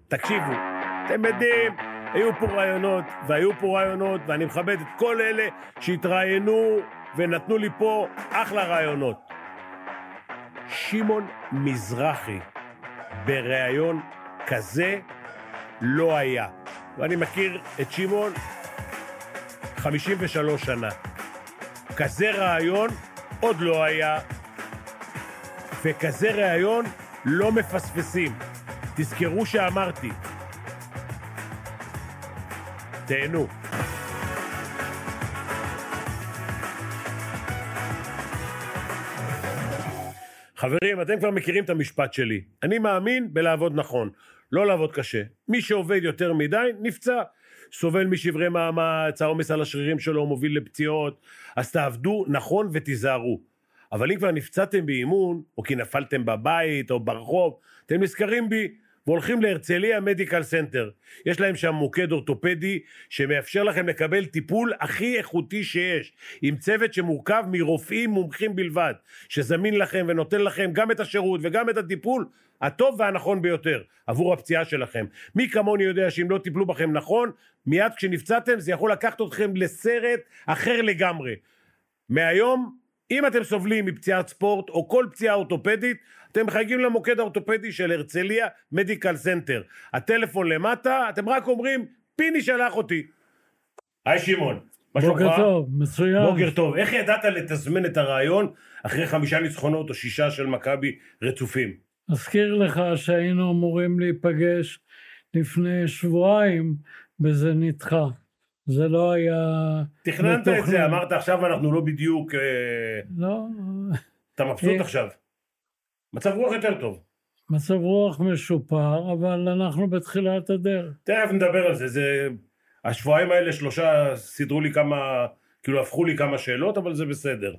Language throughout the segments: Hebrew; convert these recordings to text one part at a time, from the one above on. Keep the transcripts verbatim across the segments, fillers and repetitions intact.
תקשיבו, אתם יודעים, היו פה רעיונות, והיו פה רעיונות, ואני מכבד את כל אלה שהתראיינו ונתנו לי פה אחלה רעיונות. שמעון מזרחי בראיון כזה לא היה. ואני מכיר את שמעון חמישים ושלוש שנה. כזה רעיון עוד לא היה, וכזה רעיון לא מפספסים. תזכרו שאמרתי. תהנו. חברים, אתם כבר מכירים את המשפט שלי. אני מאמין בלעבוד נכון, לא לעבוד קשה. מי שעובד יותר מדי, נפצע. סובל משברי מאמץ, העומס על השרירים שלו מוביל לפציעות, אז תעבדו נכון ותיזהרו. אבל אם כבר נפצעתם באימון, או כי נפלתם בבית או ברחוב, אתם נזכרים בי והולכים להרצליה מדיקל סנטר. יש להם שם מוקד אורתופדי שמאפשר לכם לקבל טיפול הכי איכותי שיש, עם צוות שמורכב מרופאים מומחים בלבד, שזמין לכם ונותן לכם גם את השירות וגם את הטיפול הטוב והנכון ביותר עבור הפציעה שלכם. מי כמוני יודע שאם לא טיפלו בכם נכון, מיד כשנפצעתם זה יכול לקחת אתכם לסרט אחר לגמרי. מהיום, אם אתם סובלים מפציעת ספורט או כל פציעה אורתופדית, אתם מחייגים למוקד האורתופדי של הרצליה מדיקל סנטר. הטלפון למטה, אתם רק אומרים, פיני שלח אותי. היי שמעון, מה שלומך? בוקר טוב, מצוין. בוקר טוב. איך ידעת לתזמן את הרעיון אחרי חמישה ניצחונות או שישה של מכבי רצופים? אזכיר לך שהיינו אמורים להיפגש לפני שבועיים, וזה נדחה. זה לא היה... תכננת את זה, אמרת עכשיו אנחנו לא בדיוק... לא. אתה מבסוט עכשיו. מצב רוח יותר טוב. מצב רוח משופר, אבל אנחנו בתחילת הדרך. תכף נדבר על זה, זה... השבועיים האלה שלושה סידרו לי כמה, כאילו הפכו לי כמה שאלות, אבל זה בסדר.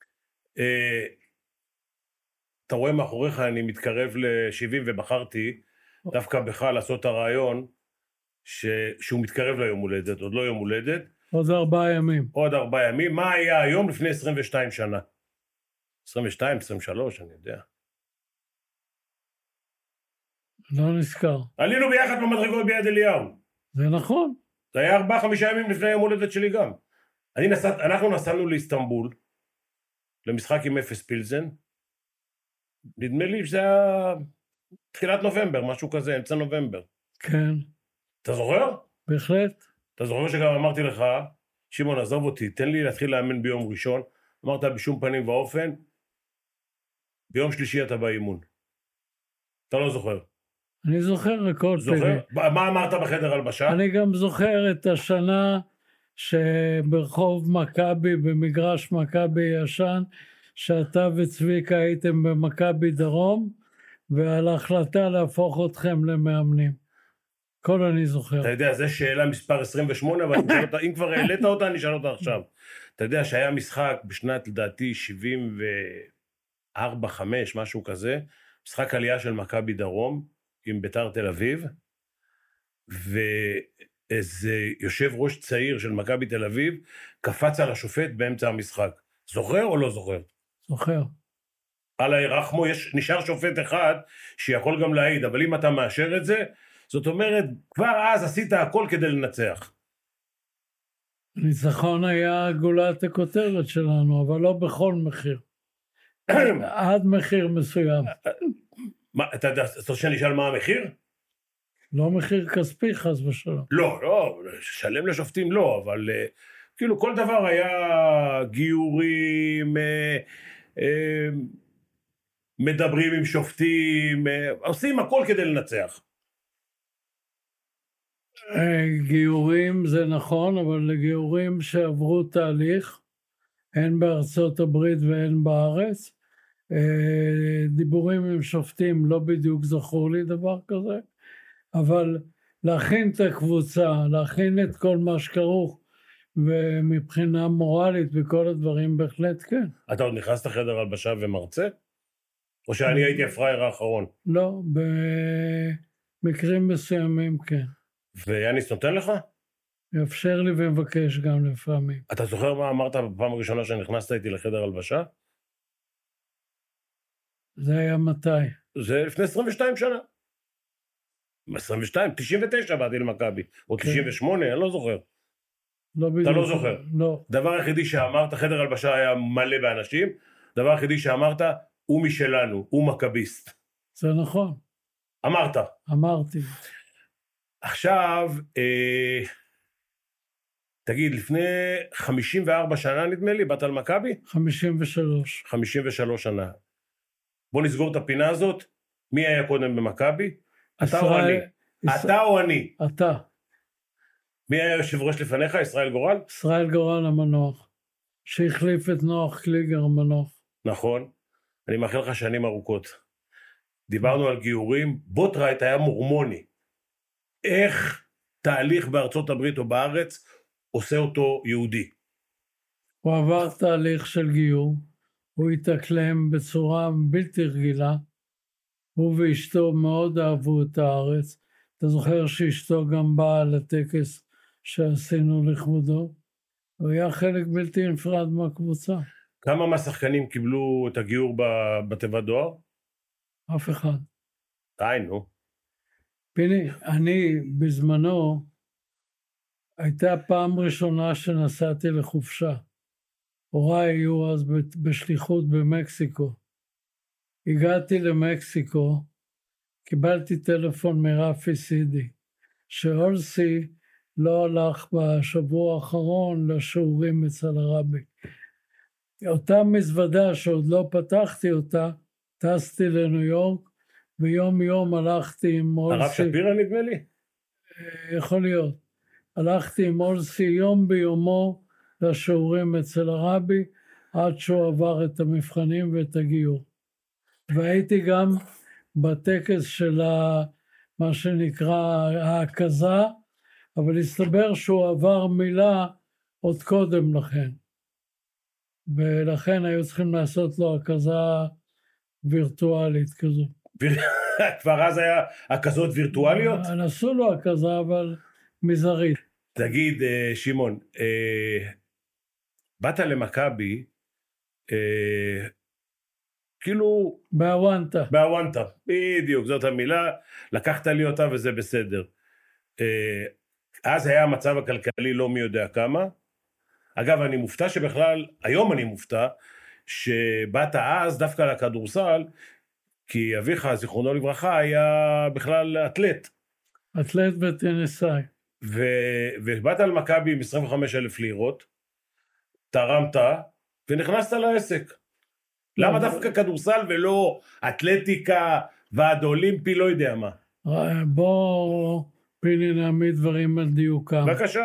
אתה רואה מאחוריך, אני מתקרב ל-שבעים ובחרתי דווקא בך לעשות את הרעיון, ש... שהוא מתקרב ליום הולדת, עוד לא יום הולדת. עוד ארבעה ימים. עוד ארבעה ימים. מה היה היום לפני עשרים ושתיים שנה? עשרים ושתיים, עשרים ושלוש, אני יודע. לא נזכר. עלינו ביחד במדרגות ביד אליהו. זה נכון. זה היה ארבעה, חמישה ימים לפני יום הולדת שלי גם. אני נסעת, אנחנו נסענו לאיסטנבול, למשחק עם אפס פילזן. נדמה לי שזה היה תחילת נובמבר, משהו כזה, אמצע נובמבר. כן. אתה זוכר? בהחלט. אתה זוכר שגם אמרתי לך, שמעון, עזוב אותי, תן לי להתחיל לאמן ביום ראשון. אמרת בשום פנים ואופן, ביום שלישי אתה באימון. אתה לא זוכר. אני זוכר הכל. זוכר? מה אמרת בחדר הלבשה? אני גם זוכר את השנה שברחוב מכבי, במגרש מכבי ישן, שאתה וצביקה הייתם במכבי דרום, ועל ההחלטה להפוך אתכם למאמנים. כל אני זוכר. אתה יודע, זו שאלה מספר עשרים ושמונה, אבל אם כבר העלית אותה, אני אשאל אותה עכשיו. אתה יודע שהיה משחק בשנת, לדעתי, שבעים וארבע חמש, משהו כזה, משחק עלייה של מכבי דרום, עם ביתר תל אביב, ואיזה יושב ראש צעיר של מכבי תל אביב, קפץ על השופט באמצע המשחק. זוכר או לא זוכר? זוכר. אללה ירחמו, יש, נשאר שופט אחד שיכול גם להעיד, אבל אם אתה מאשר את זה, זאת אומרת, כבר אז עשית הכל כדי לנצח. ניצחון היה גולת הכותרת שלנו, אבל לא בכל מחיר. עד מחיר מסוים. מה, אתה יודע, אתה רוצה שנשאל מה המחיר? לא מחיר כספי, חס ושלום. לא, לא, שלם לשופטים לא, אבל כאילו כל דבר היה גיורים, מדברים עם שופטים, עושים הכל כדי לנצח. גיורים זה נכון, אבל לגיורים שעברו תהליך, הן בארצות הברית והן בארץ, דיבורים עם שופטים לא בדיוק זכור לי דבר כזה, אבל להכין את הקבוצה, להכין את כל מה שכרוך, ומבחינה מורלית וכל הדברים בהחלט כן. אתה עוד נכנס לחדר הלבשה ומרצה? או שאני הייתי הפראייר האחרון? לא, במקרים מסוימים כן. ויאניס נותן לך? יאפשר לי ומבקש גם לפעמים. אתה זוכר מה אמרת בפעם הראשונה שנכנסת איתי לחדר הלבשה? זה היה מתי? זה לפני עשרים ושתיים שנה. עשרים ושתיים, תשעים ותשע באתי למכבי, או כן. תשעים ושמונה, אני לא זוכר. לא בדיוק. אתה לא זוכר. לא. דבר היחידי שאמרת, חדר הלבשה היה מלא באנשים, דבר היחידי שאמרת, הוא משלנו, הוא מכביסט. זה נכון. אמרת. אמרתי. עכשיו, אה, תגיד, לפני חמישים וארבע שנה נדמה לי, באת על מכבי? חמישים ושלוש. חמישים ושלוש שנה. בוא נסגור את הפינה הזאת. מי היה קודם במכבי? אתה או אני? אתה או אני? אתה. מי היה יושב ראש לפניך? ישראל גורל? ישראל גורל המנוח, שהחליף את נוח קליגר המנוח. נכון. אני מאחל לך שנים ארוכות. דיברנו על גיורים. בוטרייט היה מורמוני. איך תהליך בארצות הברית או בארץ עושה אותו יהודי? הוא עבר תהליך של גיור, הוא התאקלם בצורה בלתי רגילה, הוא ואשתו מאוד אהבו את הארץ. אתה זוכר שאשתו גם באה לטקס שעשינו לכבודו? הוא היה חלק בלתי נפרד מהקבוצה. כמה מהשחקנים קיבלו את הגיור בתיבת דואר? אף אחד. די, נו. פיני, אני בזמנו, הייתה פעם ראשונה שנסעתי לחופשה. הוריי היו אז בשליחות במקסיקו. הגעתי למקסיקו, קיבלתי טלפון מרפי סידי, שאולסי לא הלך בשבוע האחרון לשיעורים אצל הרבי. אותה מזוודה שעוד לא פתחתי אותה, טסתי לניו יורק, ויום יום הלכתי עם אולסי. הרב שפירא נדמה לי? יכול להיות. הלכתי עם אולסי יום ביומו לשיעורים אצל הרבי, עד שהוא עבר את המבחנים ואת הגיור. והייתי גם בטקס של מה שנקרא ההקזה, אבל הסתבר שהוא עבר מילה עוד קודם לכן. ולכן היו צריכים לעשות לו הקזה וירטואלית כזו. כבר אז היה הקזות וירטואליות? עשו לו הקזה, אבל מזערית. תגיד, שמעון, באת למכבי, כאילו... באוונטה. באוונטה, בדיוק, זאת המילה, לקחת לי אותה וזה בסדר. אז היה המצב הכלכלי לא מי יודע כמה. אגב, אני מופתע שבכלל, היום אני מופתע, שבאת אז דווקא לכדורסל, כי אביך, זיכרונו לברכה, היה בכלל אתלט. אתלט בטניסאי. ו- ובאת על מכבי עם עשרים וחמישה אלף לירות, תרמת, ונכנסת לעסק. למה דווקא כדורסל ולא אתלטיקה, ועד אולימפי, לא יודע מה? בוא פיני נעמיד דברים על דיוקם. בבקשה.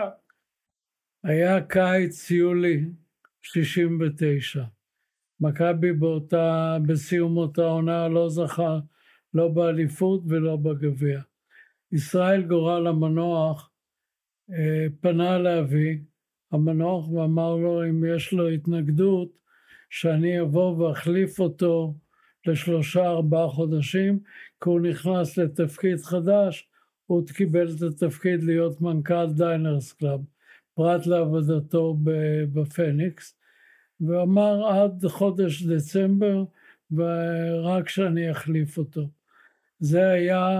היה קיץ יולי שישים ותשע. מכבי באותה, בסיום אותה עונה לא זכה, לא באליפות ולא בגביע. ישראל גורל המנוח אה, פנה לאבי המנוח ואמר לו אם יש לו התנגדות שאני אבוא ואחליף אותו לשלושה ארבעה חודשים, כי הוא נכנס לתפקיד חדש, הוא קיבל את התפקיד להיות מנכ"ל דיינרס קלאב, פרט לעבודתו בפניקס, ואמר עד חודש דצמבר, ורק שאני אחליף אותו. זה היה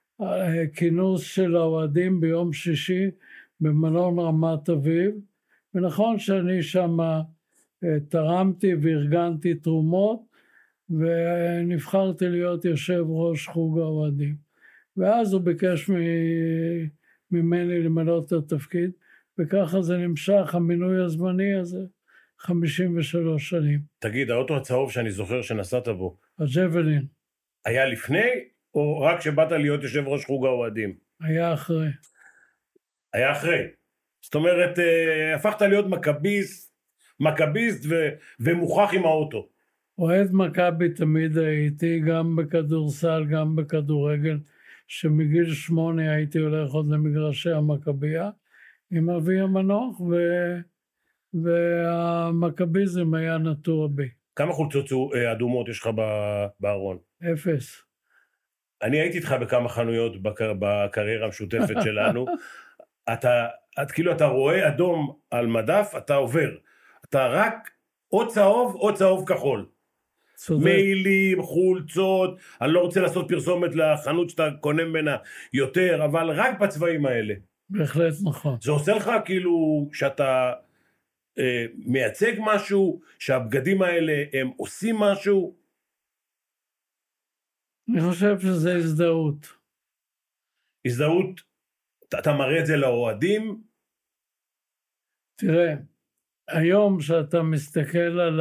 כינוס של האוהדים ביום שישי במלון רמת אביב, ונכון שאני שם תרמתי וארגנתי תרומות, ונבחרתי להיות יושב ראש חוג האוהדים. ואז הוא ביקש ממני למלא את התפקיד, וככה זה נמשך, המינוי הזמני הזה, חמישים ושלוש שנים. תגיד, האוטו הצהוב שאני זוכר שנסעת בו, הג'בלין. היה לפני, או רק שבאת להיות יושב ראש חוג האוהדים? היה אחרי. היה אחרי. זאת אומרת, הפכת להיות מכביסט, מכביסט ו- ומוכח עם האוטו. אוהד מכבי תמיד הייתי, גם בכדורסל, גם בכדורגל, שמגיל שמונה הייתי הולך עוד למגרשי המכבייה, עם אבי המנוח, ו... והמכביזם היה נטוע בי. כמה חולצות אדומות יש לך בארון? אפס. אני הייתי איתך בכמה חנויות בקר... בקריירה המשותפת שלנו. אתה, את, כאילו אתה רואה אדום על מדף, אתה עובר. אתה רק או צהוב או צהוב כחול. צודק. מיילים, חולצות, אני לא רוצה לעשות פרסומת לחנות שאתה קונה ממנה יותר, אבל רק בצבעים האלה. בהחלט נכון. זה עושה לך כאילו שאתה אה, מייצג משהו, שהבגדים האלה הם עושים משהו? אני חושב שזה הזדהות. הזדהות, אתה, אתה מראה את זה לאוהדים? תראה, היום שאתה מסתכל על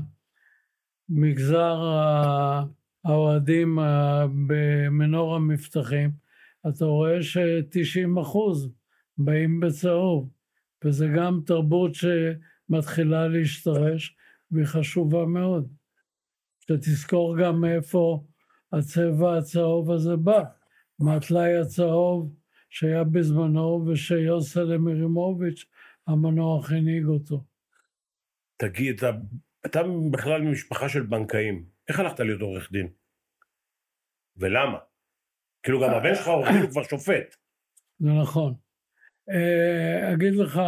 המגזר האוהדים במנור המבטחים, אתה רואה ש-תשעים אחוז באים בצהוב, וזה גם תרבות שמתחילה להשתרש, והיא חשובה מאוד. שתזכור גם מאיפה הצבע הצהוב הזה בא, מהטלאי הצהוב שהיה בזמנו, ושיוסל אמירימוביץ' המנוח הנהיג אותו. תגיד, אתה, אתה בכלל ממשפחה של בנקאים, איך הלכת להיות עורך דין? ולמה? כאילו גם הבן שלך עורך דין הוא כבר שופט. זה נכון. אגיד לך,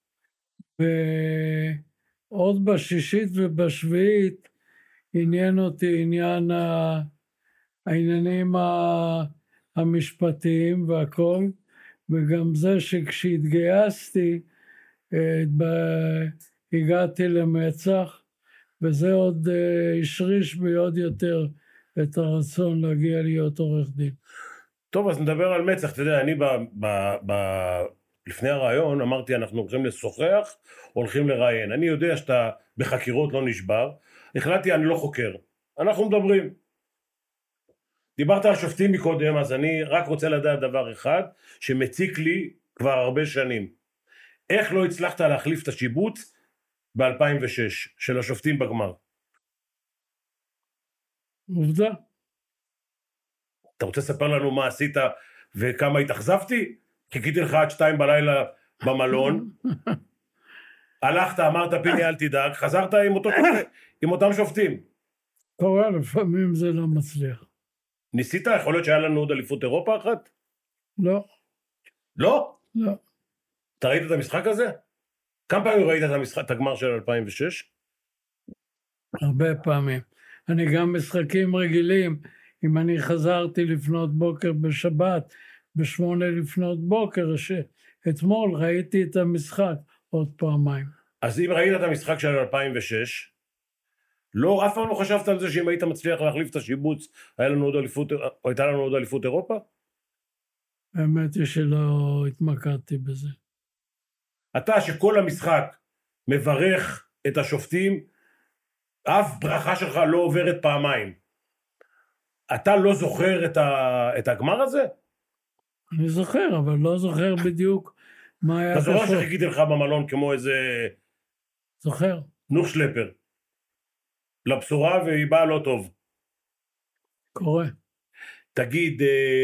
עוד בשישית ובשביעית עניין אותי עניין העניינים המשפטיים והכל, וגם זה שכשהתגייסתי הגעתי למצ"ח, וזה עוד השריש בי עוד יותר את הרצון להגיע להיות עורך דין. טוב, אז נדבר על מצ"ח. אתה יודע, אני ב, ב, ב, לפני הרעיון אמרתי, אנחנו הולכים לשוחח, הולכים לראיין. אני יודע שאתה בחקירות לא נשבר, החלטתי, אני לא חוקר. אנחנו מדברים. דיברת על שופטים מקודם, אז אני רק רוצה לדעת דבר אחד, שמציק לי כבר הרבה שנים. איך לא הצלחת להחליף את השיבוץ ב-אלפיים ושש של השופטים בגמר? עובדה. אתה רוצה לספר לנו מה עשית וכמה התאכזבתי? חיכיתי לך עד שתיים בלילה במלון, הלכת, אמרת פיני אל תדאג, חזרת עם, אותו שופט, עם אותם שופטים. קורה, לפעמים זה לא מצליח. ניסית? יכול להיות שהיה לנו עוד אליפות אירופה אחת? לא. לא? לא. אתה ראית את המשחק הזה? כמה פעמים ראית את המשחק, את הגמר של אלפיים ושש? הרבה פעמים. אני גם משחקים רגילים, אם אני חזרתי לפנות בוקר בשבת, בשמונה לפנות בוקר, שאתמול ראיתי את המשחק עוד פעמיים. אז אם ראית את המשחק של אלפיים ושש, לא, אף פעם לא חשבת על זה שאם היית מצליח להחליף את השיבוץ, היה לנו עוד אליפות, או הייתה לנו עוד אליפות אירופה? האמת היא שלא התמקדתי בזה. אתה שכל המשחק מברך את השופטים, אף ברכה שלך לא עוברת פעמיים. אתה לא זוכר את, ה... את הגמר הזה? אני זוכר, אבל לא זוכר בדיוק מה היה... אתה זוכר שחיכיתי לך במלון כמו איזה... זוכר. נוח שלפר. לבשורה והיא באה לא טוב. קורה. תגיד,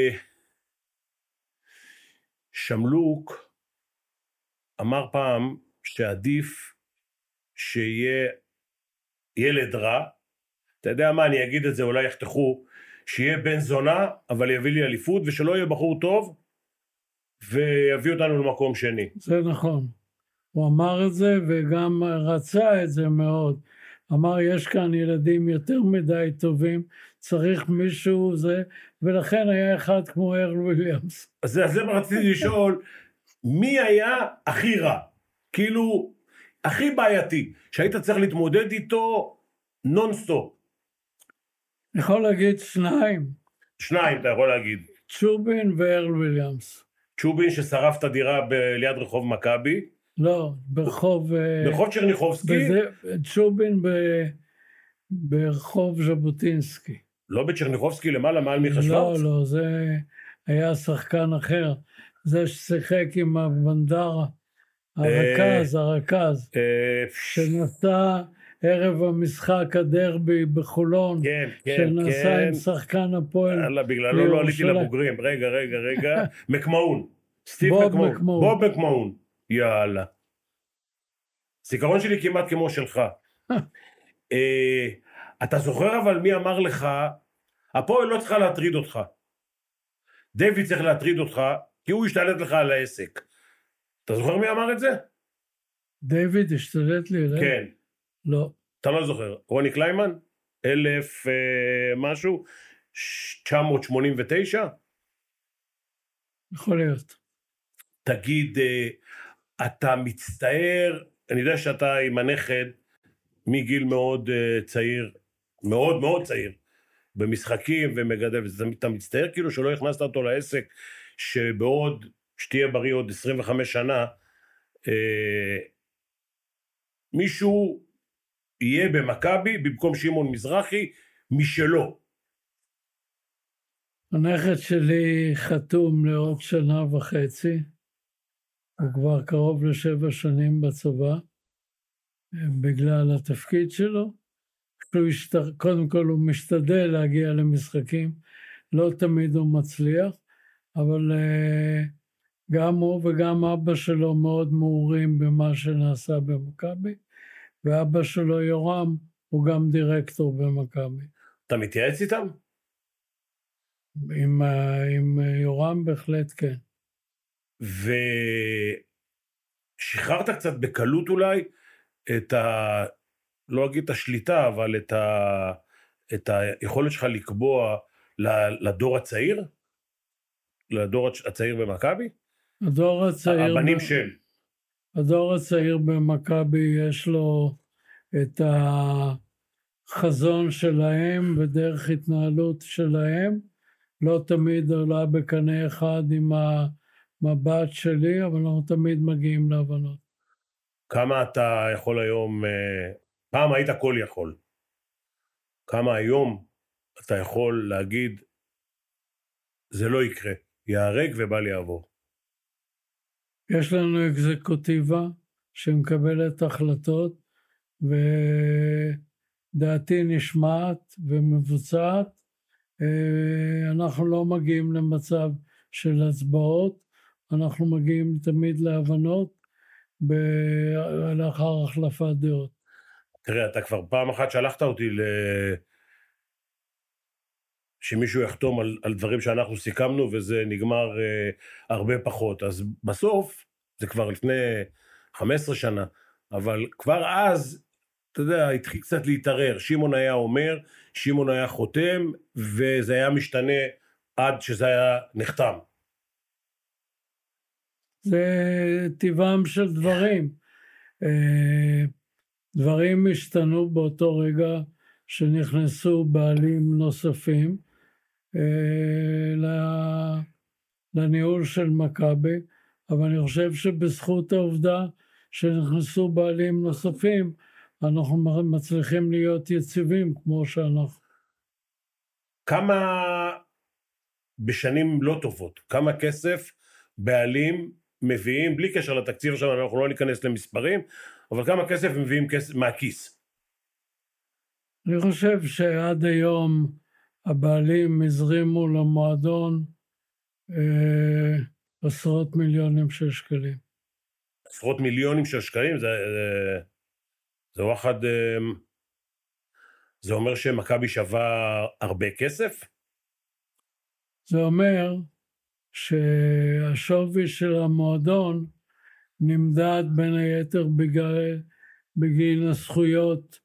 שמלוק אמר פעם שעדיף שיהיה ילד רע, אתה יודע מה, אני אגיד את זה, אולי יחתכו, שיהיה בן זונה, אבל יביא לי אליפות, ושלא יהיה בחור טוב, ויביא אותנו למקום שני. זה נכון. הוא אמר את זה, וגם רצה את זה מאוד. אמר, יש כאן ילדים יותר מדי טובים, צריך מישהו זה, ולכן היה אחד כמו ארל וויליאמס. אז זה, אז זה רציתי לשאול, מי היה הכי רע? כאילו, הכי בעייתי, שהיית צריך להתמודד איתו נונסטופ. אני יכול להגיד שניים. שניים, אתה יכול להגיד. צ'ובין וארל וויליאמס. צ'ובין ששרף את הדירה ליד רחוב מכבי. לא, ברחוב... ברחוב צ'רניחובסקי? בזה, צ'ובין ב, ברחוב ז'בוטינסקי. לא בצ'רניחובסקי למעלה, מעל מיכה שוורץ? לא, לא, זה היה שחקן אחר. זה ששיחק עם הבנדרה, הרכז, הרכז, שנסע ערב המשחק הדרבי בחולון, כן, כן, שנסע כן. עם שחקן הפועל. אללה, בגללו לא עליתי לבוגרים. רגע, רגע, רגע. מקמהון. סטיב מקמהון. בוב מקמהון. יאללה. זיכרון שלי כמעט כמו שלך. אתה זוכר אבל מי אמר לך, הפועל לא צריכה להטריד אותך. דיוויד צריך להטריד אותך, כי הוא ישתלט לך על העסק. אתה זוכר מי אמר את זה? דיוויד השתלט לי, כן. לא. אתה לא זוכר. רוני קליימן? אלף משהו, תשע מאות שמונים ותשע? יכול להיות. תגיד, אתה מצטער, אני יודע שאתה עם הנכד מגיל מאוד צעיר, מאוד מאוד צעיר, במשחקים ומגדל, ואתה מצטער כאילו שלא הכנסת אותו לעסק, שבעוד, שתהיה בריא עוד עשרים וחמש שנה, אה, מישהו יהיה במכבי במקום שמעון מזרחי משלו. הנכד שלי חתום לעוד שנה וחצי, הוא כבר קרוב לשבע שנים בצבא, בגלל התפקיד שלו. קודם כל הוא משתדל להגיע למשחקים, לא תמיד הוא מצליח, אבל גם הוא וגם אבא שלו מאוד מעורים במה שנעשה במכבי, ואבא שלו יורם הוא גם דירקטור במכבי. אתה מתייעץ איתם? עם, עם יורם בהחלט כן. ושחררת קצת בקלות אולי את ה... לא אגיד את השליטה, אבל את, ה... את היכולת שלך לקבוע לדור הצעיר? לדור הצעיר במכבי? הדור הצעיר... הבנים ב... של. הדור הצעיר במכבי יש לו את החזון שלהם ודרך התנהלות שלהם, לא תמיד עולה בקנה אחד עם המבט שלי, אבל אנחנו תמיד מגיעים להבנות. כמה אתה יכול היום, פעם היית כל יכול, כמה היום אתה יכול להגיד, זה לא יקרה, יהרג ובל יעבור? יש לנו אקזקוטיבה שמקבלת החלטות, ודעתי נשמעת ומבוצעת. אנחנו לא מגיעים למצב של הצבעות, אנחנו מגיעים תמיד להבנות לאחר החלפת דעות. תראה, אתה כבר פעם אחת שלחת אותי ל... שמישהו יחתום על, על דברים שאנחנו סיכמנו, וזה נגמר אה, הרבה פחות. אז בסוף, זה כבר לפני חמש עשרה שנה, אבל כבר אז, אתה יודע, התחיל קצת להתערר. שמעון היה אומר, שמעון היה חותם, וזה היה משתנה עד שזה היה נחתם. זה טבעם של דברים. דברים השתנו באותו רגע שנכנסו בעלים נוספים לניהול של מכבי, אבל אני חושב שבזכות העובדה שנכנסו בעלים נוספים, אנחנו מצליחים להיות יציבים כמו שאנחנו. כמה בשנים לא טובות, כמה כסף בעלים מביאים, בלי קשר לתקציב שלנו, אנחנו לא ניכנס למספרים, אבל כמה כסף מביאים כסף מהכיס? אני חושב שעד היום הבעלים הזרימו למועדון אה, עשרות מיליונים של שקלים. עשרות מיליונים של שקלים? זה, זה, זה וואחד, אה, זה אומר שמכבי שווה הרבה כסף? זה אומר שהשווי של המועדון נמדד בין היתר בגלל, בגין הזכויות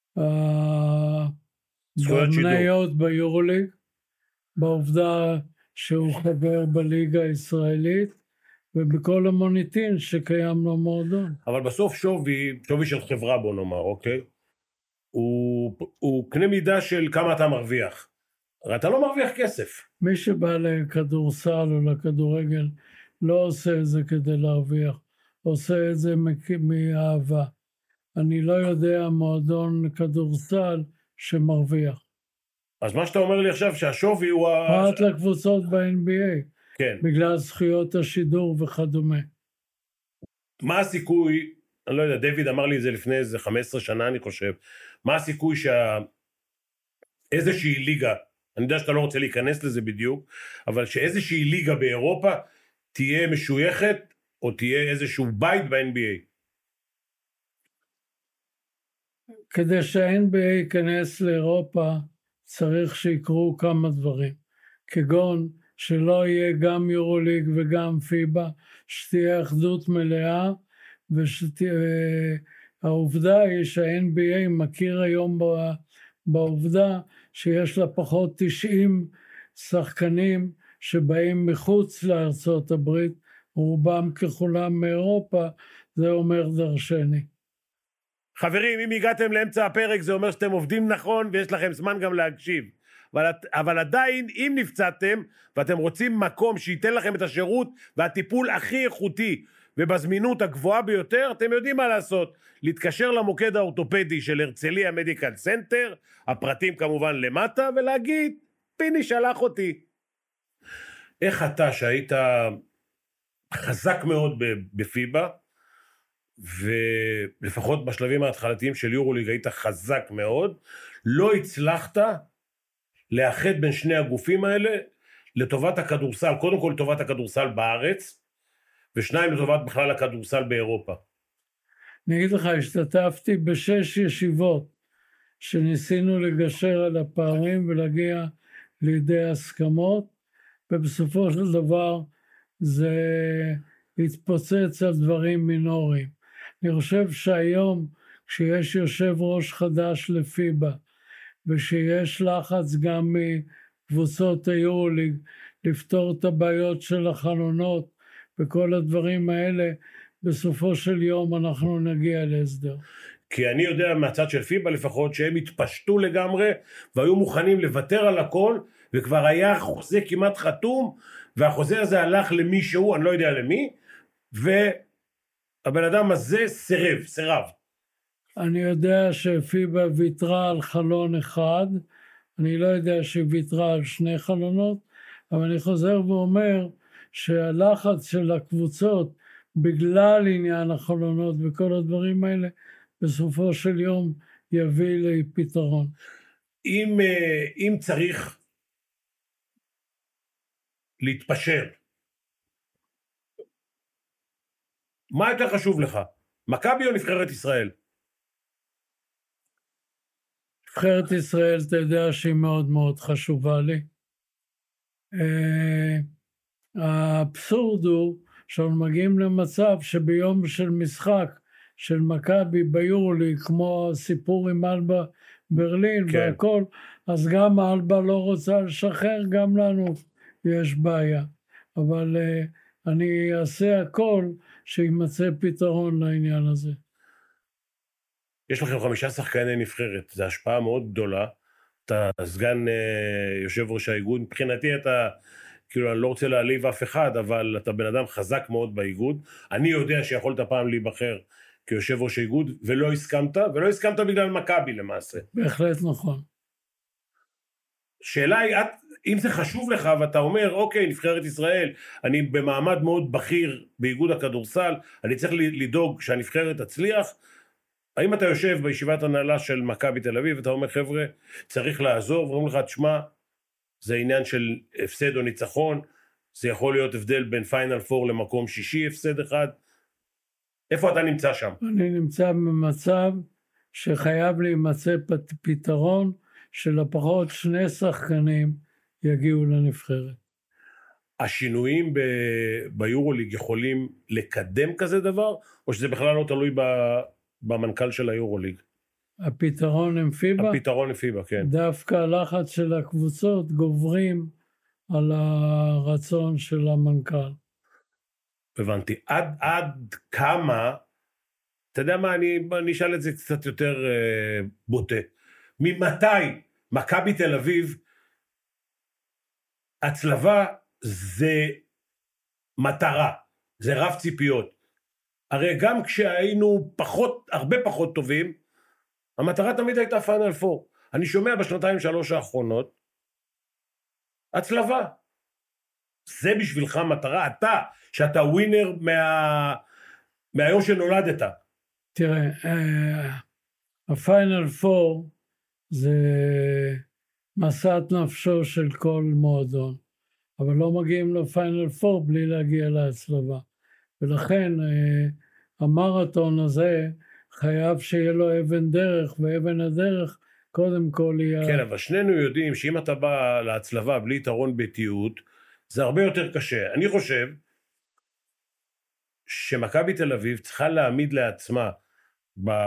המניות ביורוליג, בעובדה שהוא חבר בליגה הישראלית, ובכל המוניטין שקיים למועדון. אבל בסוף שווי, שווי של חברה בוא נאמר, אוקיי? הוא, הוא קנה מידה של כמה אתה מרוויח. הרי אתה לא מרוויח כסף. מי שבא לכדורסל או לכדורגל לא עושה את זה כדי להרוויח, עושה את זה מאהבה. אני לא יודע מועדון כדורסל שמרוויח. אז מה שאתה אומר לי עכשיו שהשווי הוא... פרט לקבוצות ב-אן בי איי. כן. בגלל זכויות השידור וכדומה. מה הסיכוי, אני לא יודע, דיוויד אמר לי את זה לפני איזה חמש עשרה שנה אני חושב, מה הסיכוי שה... איזושהי ליגה, אני יודע שאתה לא רוצה להיכנס לזה בדיוק, אבל שאיזושהי ליגה באירופה תהיה משויכת, או תהיה איזשהו בית ב-אן בי איי? כדי שה-אן בי איי ייכנס לאירופה, צריך שיקרו כמה דברים, כגון שלא יהיה גם יורוליג וגם פיבה, שתהיה אחדות מלאה, והעובדה היא שה-אן בי איי מכיר היום בעובדה שיש לה פחות תשעים שחקנים שבאים מחוץ לארצות הברית, רובם ככולם מאירופה, זה אומר דרשני. חברים, אם הגעתם לאמצע הפרק, זה אומר שאתם עובדים נכון, ויש לכם זמן גם להקשיב. אבל, אבל עדיין, אם נפצעתם, ואתם רוצים מקום שייתן לכם את השירות, והטיפול הכי איכותי, ובזמינות הגבוהה ביותר, אתם יודעים מה לעשות. להתקשר למוקד האורתופדי של הרצליה מדיקל סנטר, הפרטים כמובן למטה, ולהגיד, פיני שלח אותי. איך אתה, שהיית חזק מאוד בפיבה, ולפחות בשלבים ההתחלתיים של יורוליג היית חזק מאוד, לא הצלחת לאחד בין שני הגופים האלה לטובת הכדורסל, קודם כל לטובת הכדורסל בארץ, ושניים לטובת בכלל הכדורסל באירופה. אני אגיד לך, השתתפתי בשש ישיבות שניסינו לגשר על הפערים ולהגיע לידי הסכמות, ובסופו של דבר זה התפוצץ על דברים מינוריים. אני חושב שהיום כשיש יושב ראש חדש לפיבה, ושיש לחץ גם מקבוצות היורוליג לפתור את הבעיות של החלונות וכל הדברים האלה, בסופו של יום אנחנו נגיע להסדר. כי אני יודע מהצד של פיבה לפחות שהם התפשטו לגמרי והיו מוכנים לוותר על הכל, וכבר היה חוזה כמעט חתום, והחוזה הזה הלך למישהו, אני לא יודע למי, והבן אדם הזה סירב, סירב. אני יודע שפיבה ויתרה על חלון אחד, אני לא יודע שהיא ויתרה על שני חלונות, אבל אני חוזר ואומר שהלחץ של הקבוצות בגלל עניין החלונות וכל הדברים האלה, בסופו של יום יביא לפתרון. אם, אם צריך להתפשר, מה יותר חשוב לך? מכבי או נבחרת ישראל? נבחרת ישראל, אתה יודע שהיא מאוד מאוד חשובה לי. האבסורד הוא שאנחנו מגיעים למצב שביום של משחק של מכבי ביורוליג, כמו הסיפור עם אלבה ברלין כן. והכל, אז גם אלבה לא רוצה לשחרר, גם לנו יש בעיה. אבל uh, אני אעשה הכל שימצא פתרון לעניין הזה. יש לכם חמישה שחקני נבחרת, זו השפעה מאוד גדולה. אתה סגן uh, יושב ראש האיגוד, מבחינתי אתה, כאילו אני לא רוצה להעליב אף אחד, אבל אתה בן אדם חזק מאוד באיגוד. אני יודע שיכולת פעם להיבחר כיושב ראש האיגוד, ולא הסכמת, ולא הסכמת בגלל מכבי למעשה. בהחלט נכון. שאלה היא, את, אם זה חשוב לך, ואתה אומר, אוקיי, נבחרת ישראל, אני במעמד מאוד בכיר באיגוד הכדורסל, אני צריך לדאוג שהנבחרת תצליח, האם אתה יושב בישיבת הנהלה של מכבי תל אביב, ואתה אומר, חבר'ה, צריך לעזור, ואומרים לך, תשמע, זה עניין של הפסד או ניצחון, זה יכול להיות הבדל בין פיינל פור למקום שישי, הפסד אחד, איפה אתה נמצא שם? אני נמצא במצב שחייב להימצא פתרון שלפחות שני שחקנים יגיעו לנבחרת. השינויים ב- ביורוליג יכולים לקדם כזה דבר, או שזה בכלל לא תלוי ב- במנכ"ל של היורוליג? הפתרון עם פיבה? הפתרון עם פיבה, כן. דווקא הלחץ של הקבוצות גוברים על הרצון של המנכ"ל. הבנתי. עד, עד כמה, אתה יודע מה, אני, אני אשאל את זה קצת יותר אה, בוטה. ממתי מכבי תל אביב, הצלבה זה מטרה, זה רב ציפיות. הרי גם כשהיינו פחות, הרבה פחות טובים, המטרה תמיד הייתה פיינל פור. אני שומע בשנתיים שלוש האחרונות, הצלבה. זה בשבילך מטרה, אתה, שאתה ווינר מה... מהיום שנולדת. תראה, הפיינל פור זה מסעת נפשו של כל מועדון, אבל לא מגיעים לפיינל פור בלי להגיע להצלבה. ולכן המרתון הזה חייב שיהיה לו אבן דרך, ואבן הדרך קודם כל יהיה... כן, אבל שנינו יודעים שאם אתה בא להצלבה בלי יתרון ביתיות, זה הרבה יותר קשה. אני חושב שמכבי תל אביב צריכה להעמיד לעצמה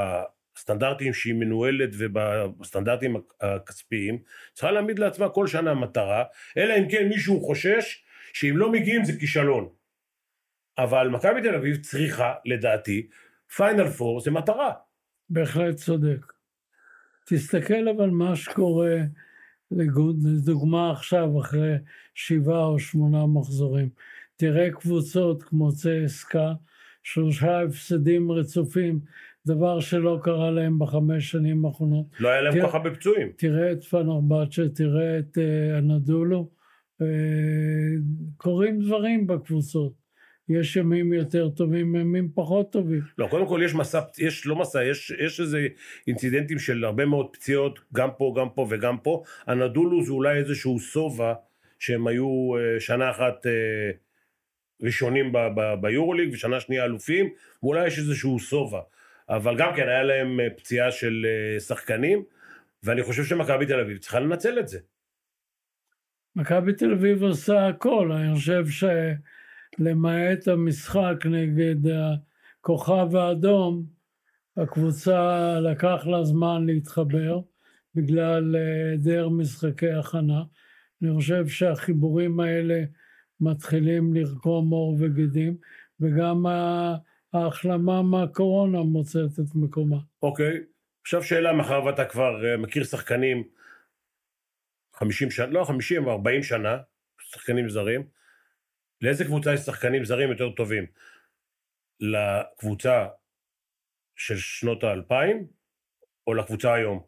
בסטנדרטים שהיא מנוהלת ובסטנדרטים הכספיים, צריכה להעמיד לעצמה כל שנה מטרה, אלא אם כן מישהו חושש שאם לא מגיעים זה כישלון. אבל מכבי תל אביב צריכה, לדעתי, פיינל פור זה מטרה. בהחלט צודק. תסתכל אבל מה שקורה, לדוגמה עכשיו, אחרי שבעה או שמונה מחזורים. תראה קבוצות כמו צסקה, שלושה הפסדים רצופים, דבר שלא קרה להם בחמש שנים האחרונות. לא היה להם ככה בפצועים. תראה את פנרבצ'ה, תראה את uh, אנדולו, uh, קורים דברים בקבוצות. יש ימים יותר טובים, ימים פחות טובים. לא, קודם כל יש מסע, יש לא מסע, יש, יש איזה אינצידנטים של הרבה מאוד פציעות, גם פה, גם פה וגם פה. אנדולו זה אולי איזשהו סובה, שהם היו uh, שנה אחת... Uh, ראשונים ביורוליג ושנה שנייה אלופים, ואולי יש איזשהו סובה, אבל גם כן היה להם פציעה של שחקנים, ואני חושב שמכבי תל אביב צריכה לנצל את זה. מכבי תל אביב עושה הכל, אני חושב שלמעט המשחק נגד הכוכב האדום, הקבוצה לקח לה זמן להתחבר, בגלל היעדר משחקי הכנה. אני חושב שהחיבורים האלה מתחילים לרקום עור וגידים, וגם ההחלמה מהקורונה מוצאת את מקומה. אוקיי, עכשיו שאלה, מאחר ואתה כבר מכיר שחקנים חמישים שנה, לא חמישים, ארבעים שנה, שחקנים זרים, לאיזה קבוצה יש שחקנים זרים יותר טובים? לקבוצה של שנות האלפיים, או לקבוצה היום?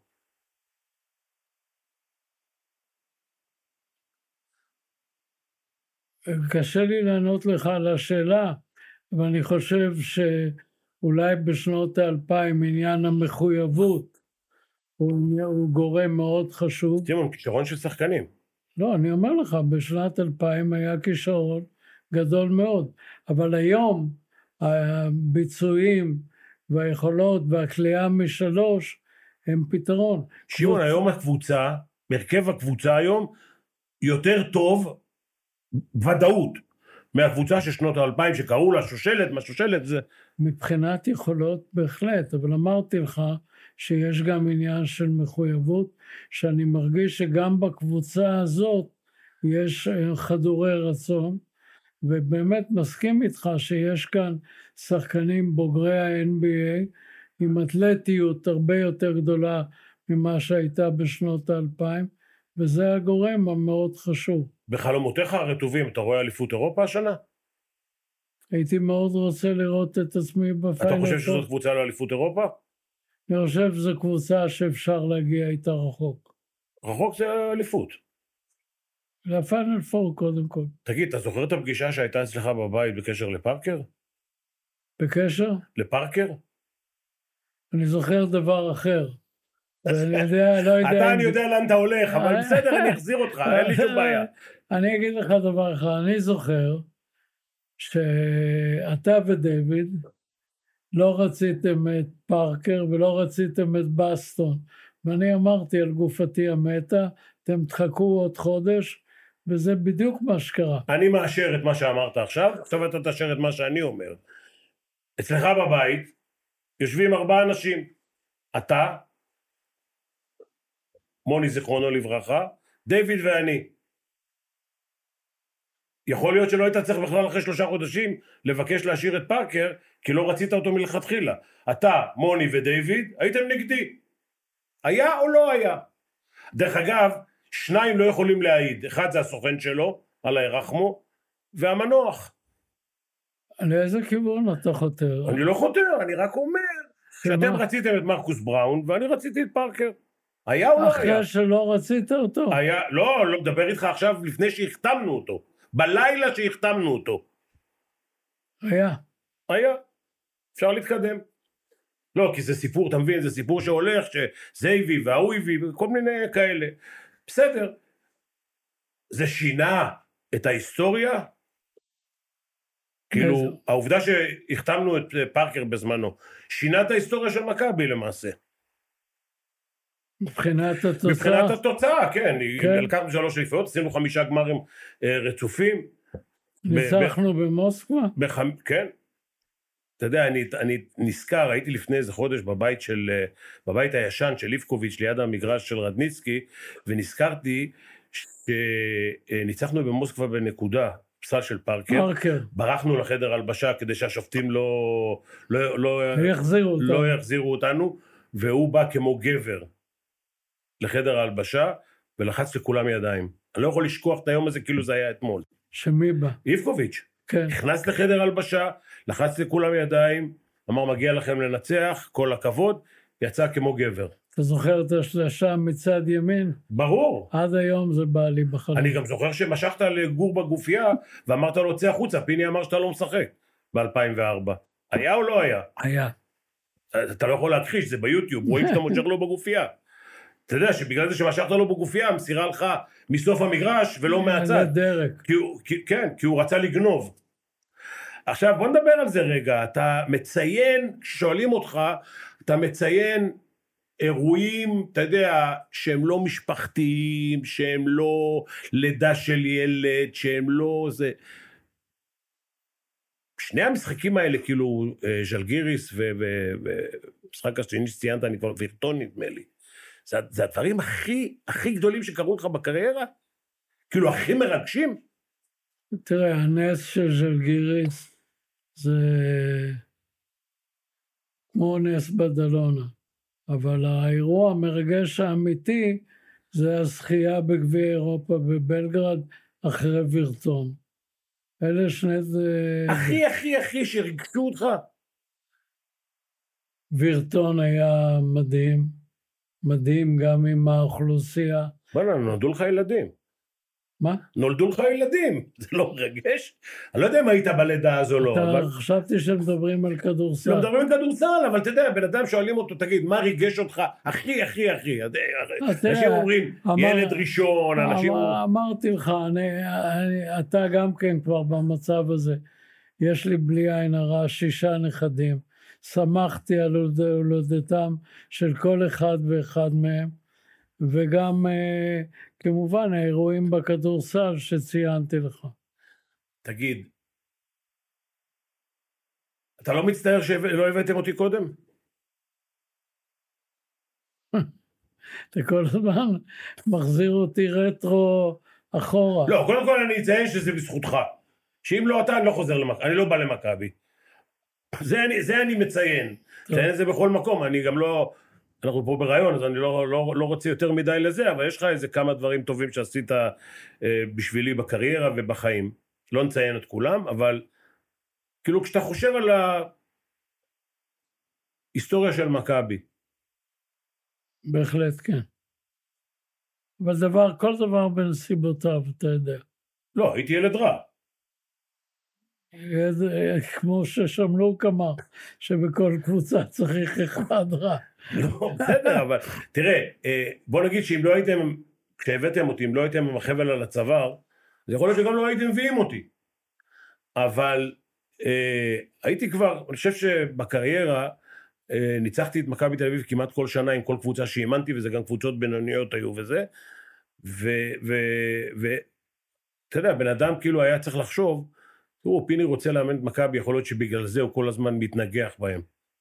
קשה לי לענות לך על השאלה, אבל אני חושב שאולי בשנות האלפיים עניין המחויבות הוא, הוא גורם מאוד חשוב. תראו, כישרון של שחקנים. לא, אני אומר לך, בשנת אלפיים היה כישרון גדול מאוד, אבל היום הביצועים והיכולות והכלייה משלוש הם פתרון. שמעון, קבוצ... היום הקבוצה, מרכב הקבוצה היום, יותר טוב, ודאות, מהקבוצה של שנות האלפיים שקראו לה שושלת, מה שושלת זה... מבחינת יכולות בהחלט, אבל אמרתי לך שיש גם עניין של מחויבות, שאני מרגיש שגם בקבוצה הזאת יש חדורי רצון, ובאמת מסכים איתך שיש כאן שחקנים בוגרי ה-אן בי איי, עם אתלטיות הרבה יותר גדולה ממה שהייתה בשנות האלפיים, וזה הגורם המאוד חשוב. בחלומותיך הרטובים, אתה רואה אליפות אירופה השנה? הייתי מאוד רוצה לראות את עצמי בפיינל. אתה חושב שזאת קבוצה לאליפות אירופה? אני חושב שזו קבוצה שאפשר להגיע איתה רחוק. רחוק זה אליפות. לפיינל פור קודם כל. תגיד, אתה זוכר את הפגישה שהייתה אצלך בבית בקשר לפארקר? בקשר? לפארקר? אני זוכר דבר אחר. ואני יודע, לא יודע... אתה, אני יודע לאן אתה הולך, אבל בסדר, אני אחזיר אותך, אין לי שום בעיה. אני אגיד לך דבר אחד, אני זוכר שאתה ודייוויד לא רציתם את פארקר ולא רציתם את בסטון, ואני אמרתי על גופתי המתה, אתם תחכו עוד חודש, וזה בדיוק מה שקרה. אני מאשר את מה שאמרת עכשיו, עכשיו אתה תאשר את מה שאני אומר. אצלך בבית יושבים ארבעה אנשים, אתה, מוני זיכרונו לברכה, דיוויד ואני. יכול להיות שלא היית צריך בכלל אחרי שלושה חודשים לבקש להשאיר את פארקר, כי לא רצית אותו מלכתחילה. אתה, מוני ודיוויד, הייתם נגדי. היה או לא היה? דרך אגב, שניים לא יכולים להעיד. אחד זה הסוכן שלו, אללה ירחמו, והמנוח. על איזה כיוון אתה חותר? אני לא חותר, אני רק אומר שאתם רציתם את מרקוס בראון, ואני רציתי את פארקר. היה או לא היה? אחרי שלא רצית אותו. היה, לא, לא מדבר איתך עכשיו לפני שהחתמנו אותו. בלילה שהחתמנו אותו. היה. היה. אפשר להתקדם. לא, כי זה סיפור, אתה מבין, זה סיפור שהולך, שזה הביא והוא הביא, וכל מיני כאלה. בסדר. זה שינה את ההיסטוריה? כאילו, העובדה שהחתמנו את פארקר בזמנו, שינה את ההיסטוריה של מכבי למעשה. מבחינת התוצאה. מבחינת התוצאה, כן. לקחנו שלוש אליפויות, עשינו חמישה גמרים רצופים. ניצחנו במוסקבה? כן. אתה יודע, אני, אני נזכר, הייתי לפני איזה חודש בבית של, בבית הישן של ליפקוביץ' ליד המגרש של רדניצקי, ונזכרתי שניצחנו במוסקבה בנקודה, פסל של פארקר, פארקר. ברחנו לחדר הלבשה כדי שהשופטים לא, לא, לא, יחזירו לא אותנו. יחזירו אותנו, והוא בא כמו גבר לחדר ההלבשה, ולחץ לכולם ידיים. אני לא יכול לשכוח את היום הזה כאילו זה היה אתמול. שמי בא? ליפקוביץ'. כן. נכנס לחדר הלבשה, לחץ לכולם ידיים, אמר מגיע לכם לנצח, כל הכבוד, יצא כמו גבר. אתה זוכר את השלשה מצד ימין? ברור. עד היום זה בא לי בחלום. אני גם זוכר שמשכת לגור בגופייה, ואמרת לו צא החוצה, פיני אמר שאתה לא משחק ב-אלפיים וארבע. היה או לא היה? היה. אתה לא יכול להכחיש, זה ביוטיוב, רואים שאתה מושך לו בגופייה. אתה יודע שבגלל זה שמשכת לו בגופייה, המסירה לך מסוף המגרש ולא מהצד. דרק. כי הוא, כי, כן, כי הוא רצה לגנוב. עכשיו בוא נדבר על זה רגע, אתה מציין, שואלים אותך, אתה מציין אירועים, אתה יודע, שהם לא משפחתיים, שהם לא לידה של ילד, שהם לא זה. שני המשחקים האלה, כאילו, ז'לגיריס ומשחק השני שציינת, אני כבר וירטון נדמה לי. זה, זה הדברים הכי, הכי גדולים שקרו לך בקריירה? כאילו, הכי מרגשים? תראה, הנס של ז'לגיריס זה כמו נס בדלונה, אבל האירוע המרגש האמיתי זה הזכייה בגביע אירופה בבלגרד אחרי וירטון. אלה שני זה... הכי, הכי, הכי שרגשו אותך? וירטון היה מדהים, מדהים גם עם האוכלוסייה. בוא'נה, נולדו לך ילדים. מה? נולדו לך ילדים, זה לא מרגש? אני לא יודע אם היית בלידה הזו או לא, אתה אבל... חשבתי שמדברים על כדורסל. לא מדברים על כדורסל, אבל אתה יודע, בן אדם שואלים אותו, תגיד, מה ריגש אותך הכי, הכי, הכי? אנשים אומרים, ילד ראשון, אנשים... אמרתי לך, אתה גם כן כבר במצב הזה. יש לי בלי עין הרע שישה נכדים. שמחתי על הולדתם של כל אחד ואחד מהם, וגם כמובן האירועים בכדורסל שציינתי לך. תגיד, אתה לא מצטער שלא הבאתם אותי קודם? אתה כל הזמן מחזיר אותי רטרו אחורה. לא, קודם כל אני אציין שזה בזכותך. שאם לא אתה, אני לא חוזר למכבי, אני לא בא למכבי. זה אני, זה אני מציין. מציין את זה בכל מקום, אני גם לא... אנחנו פה ברעיון, אז אני לא, לא, לא רוצה יותר מדי לזה, אבל יש לך איזה כמה דברים טובים שעשית אה, בשבילי בקריירה ובחיים. לא נציין את כולם, אבל כאילו כשאתה חושב על ההיסטוריה של מכבי. בהחלט, כן. אבל דבר, כל דבר בנסיבותיו, אתה יודע. לא, הייתי ילד רע. כמו ששמלו כמה, שבכל קבוצה צריך אחד רע. לא, בסדר, אבל תראה, בוא נגיד שאם לא הייתם, כשהבאתם אותי, אם לא הייתם עם החבל על הצוואר, זה יכול להיות שגם לא הייתם מביאים אותי. אבל אה, הייתי כבר, אני חושב שבקריירה, אה, ניצחתי את מכבי תל אביב כמעט כל שנה עם כל קבוצה שאימנתי, וזה גם קבוצות בינוניות היו וזה, ואתה יודע, בן אדם כאילו היה צריך לחשוב, תראו, פיני רוצה לאמן את מכבי, יכול להיות שבגלל זה הוא כל הזמן מתנגח בהם.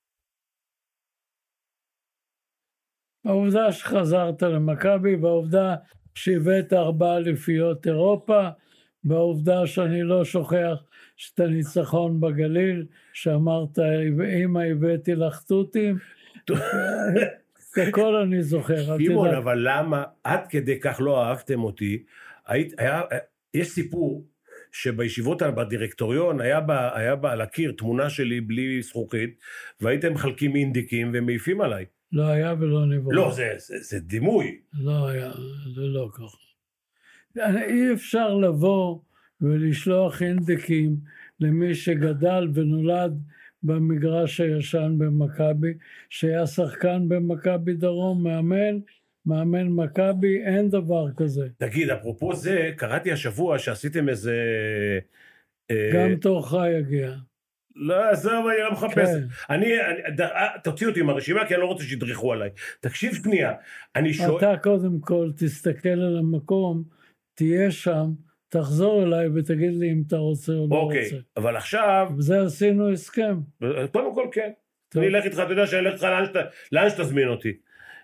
העובדה שחזרת למכבי, והעובדה שהבאת ארבעה אליפויות אירופה, והעובדה שאני לא שוכח שאת הניצחון בגליל, שאמרת, אמא הבאתי לך תותים, את הכל אני זוכר. שמעון, אבל למה עד כדי כך לא אהבתם אותי? היית, היה, יש סיפור שבישיבות בדירקטוריון היה בה, היה בה על הקיר תמונה שלי בלי זכוכית, והייתם מחלקים אינדיקים ומעיפים עליי. לא היה ולא נברא. לא, זה, זה, זה דימוי. לא היה, זה לא ככה. אי אפשר לבוא ולשלוח אינדיקים למי שגדל ונולד במגרש הישן במכבי, שהיה שחקן במכבי דרום, מאמן, מאמן מכבי, אין דבר כזה. תגיד, אפרופו זה, קראתי השבוע שעשיתם איזה... גם תורך יגיע. לא, עזוב, אני לא מחפש. כן. אני, אני, תוציא אותי מהרשימה, כי אני לא רוצה שידריכו עליי. תקשיב פנייה, אני שואל... אתה קודם כל תסתכל על המקום, תהיה שם, תחזור אליי ותגיד לי אם אתה רוצה או לא אוקיי, רוצה. אבל עכשיו... וזה עשינו הסכם. קודם כל כן. אני אלך איתך, אתה יודע שאני אלך איתך לאן שתזמין אותי.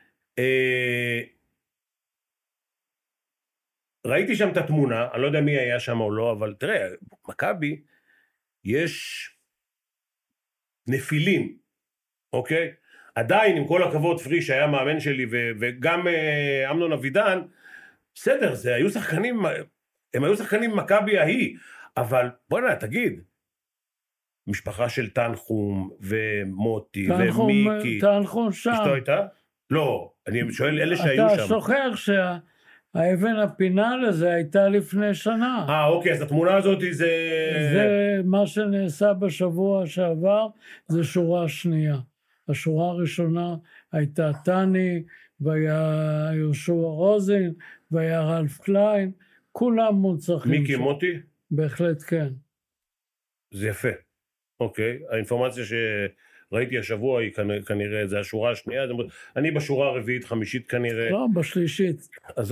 ראיתי שם את התמונה, אני לא יודע מי היה שם או לא, אבל תראה, מכבי, יש נפילים, אוקיי? עדיין, עם כל הכבוד, פריש היה מאמן שלי, וגם אמנון אבידן, בסדר, זה היו שחקנים, הם היו שחקנים מכבי ההיא, אבל בוא נה, תגיד, משפחה של תנחום ומוטי ומיקי. תנחום שם. אשתו הייתה? לא, אני שואל אלה שהיו שם. אתה שוכח שהאבן הפינה לזה הייתה לפני שנה. אה, אוקיי, אז התמונה הזאת זה... זה מה שנעשה בשבוע שעבר, זה שורה שנייה. השורה הראשונה הייתה טני, והיה יהושע רוזין, והיה רלף קליין, כולם מוצלחים. מיקי מוטי? בהחלט כן. זה יפה. אוקיי, האינפורמציה שראיתי השבוע היא כנראה, זה השורה השנייה, אני בשורה הרביעית, חמישית כנראה. לא, בשלישית. אז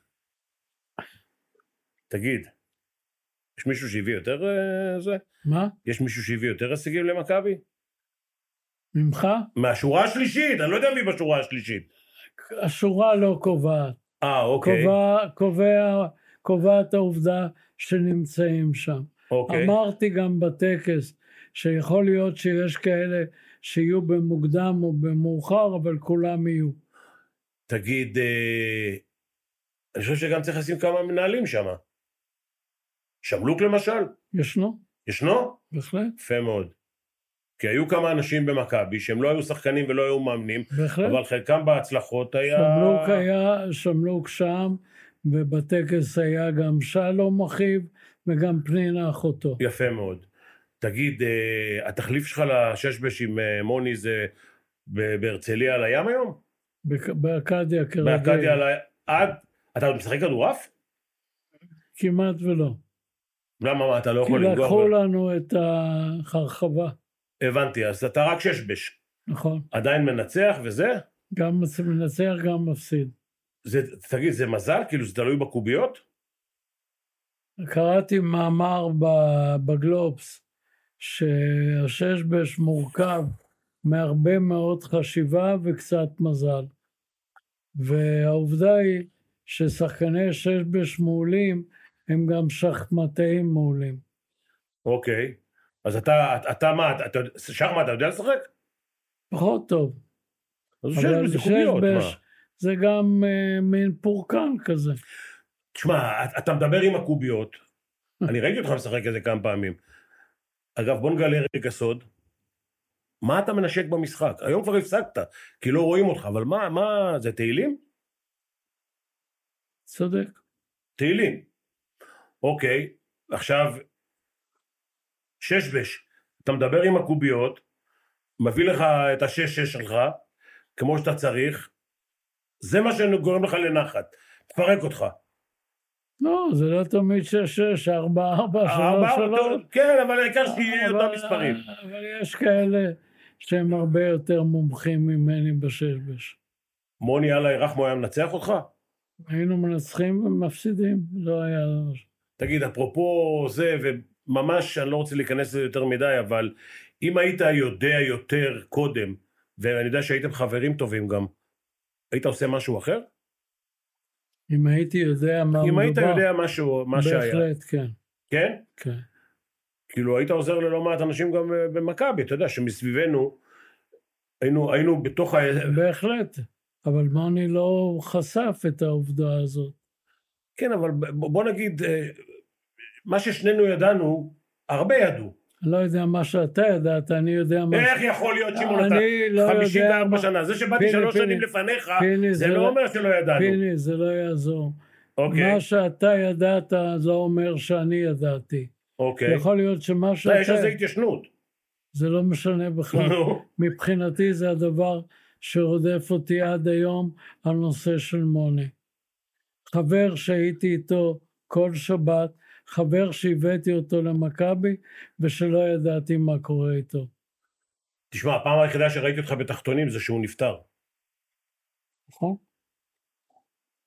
תגיד, יש מישהו שהביא יותר זה? מה? יש מישהו שהביא יותר הישגים למכבי? ממך? מהשורה השלישית, אני לא יודע מי בשורה השלישית. השורה לא קובעת. אה, אוקיי. קובע, קובע, קובעת העובדה שנמצאים שם. אוקיי. אמרתי גם בטקס, שיכול להיות שיש כאלה שיהיו במוקדם או במאוחר, אבל כולם יהיו. תגיד, אה, אני חושב שגם צריך לשים כמה מנהלים שם. שמלוק למשל? ישנו. ישנו? בהחלט. יפה מאוד. כי היו כמה אנשים במכבי שהם לא היו שחקנים ולא היו מאמנים, בהחלט. אבל חלקם בהצלחות היה... שמלוק היה, שמלוק שם, ובטקס היה גם שלום אחיו, וגם פנינה אחותו. יפה מאוד. תגיד, התחליף שלך לששבש עם מוני זה בהרצליה על הים היום? באקדיה כרגע. באקדיה על הים. עד, אתה עוד משחק כדורעף? כמעט ולא. למה, אתה לא יכול לנגוע? כי לקחו ב... לנו את הרחבה. הבנתי, אז אתה רק ששבש. נכון. עדיין מנצח וזה? גם מנצח, גם מפסיד. זה, תגיד, זה מזל? כאילו זה תלוי בקוביות? קראתי מאמר בגלובס, שהששבש מורכב מהרבה מאוד חשיבה וקצת מזל. והעובדה היא ששחקני ששבש מעולים, הם גם שחמטאים מעולים. אוקיי. אז אתה, אתה מה, אתה, שחמט, אתה יודע לשחק? פחות טוב. אז ששבש זה קוביות, מה? זה גם uh, מין פורקן כזה. תשמע, אתה מדבר עם הקוביות, אני ראיתי אותך משחק כזה כמה פעמים. אגב, בוא נגלה רגע סוד, מה אתה מנשק במשחק? היום כבר הפסקת, כי לא רואים אותך, אבל מה, מה, זה תהילים? צודק. תהילים. אוקיי, עכשיו, ששבש, אתה מדבר עם הקוביות, מביא לך את השש-שש שלך, כמו שאתה צריך, זה מה שגורם לך לנחת, תפרק אותך. לא, זה לא תמיד שש-שש, ארבע-ארבע, שלוש-שלוש. כן, אבל העיקר שיהיה אותם מספרים. אבל יש כאלה שהם הרבה יותר מומחים ממני בששבש. מוני אללה ירחמו היה מנצח אותך? היינו מנצחים ומפסידים, לא היה... תגיד, אפרופו זה, וממש אני לא רוצה להיכנס לזה יותר מדי, אבל אם היית יודע יותר קודם, ואני יודע שהייתם חברים טובים גם, היית עושה משהו אחר? אם הייתי יודע מה אם היית יודע משהו, מה שהיה. בהחלט, כן. כן? כן. כאילו, היית עוזר ללא מעט אנשים גם במכבי, אתה יודע, שמסביבנו, היינו, היינו בתוך ה... בהחלט, אבל מוני לא חשף את העובדה הזאת. כן, אבל בוא נגיד, מה ששנינו ידענו, הרבה ידעו. לא יודע מה שאתה ידעת, אני יודע מה... איך יכול להיות שמעון אתה חמישים וארבע שנה? זה שבאתי שלוש שנים לפניך, זה לא אומר שלא ידענו. פיני, זה לא יעזור. אוקיי. מה שאתה ידעת לא אומר שאני ידעתי. אוקיי. יכול להיות שמה שאתה... יש לזה התיישנות. זה לא משנה בכלל. מבחינתי זה הדבר שרודף אותי עד היום, הנושא של מוני. חבר שהייתי איתו כל שבת, חבר שהבאתי אותו למכבי, ושלא ידעתי מה קורה איתו. תשמע, הפעם היחידה שראיתי אותך בתחתונים זה שהוא נפטר. נכון.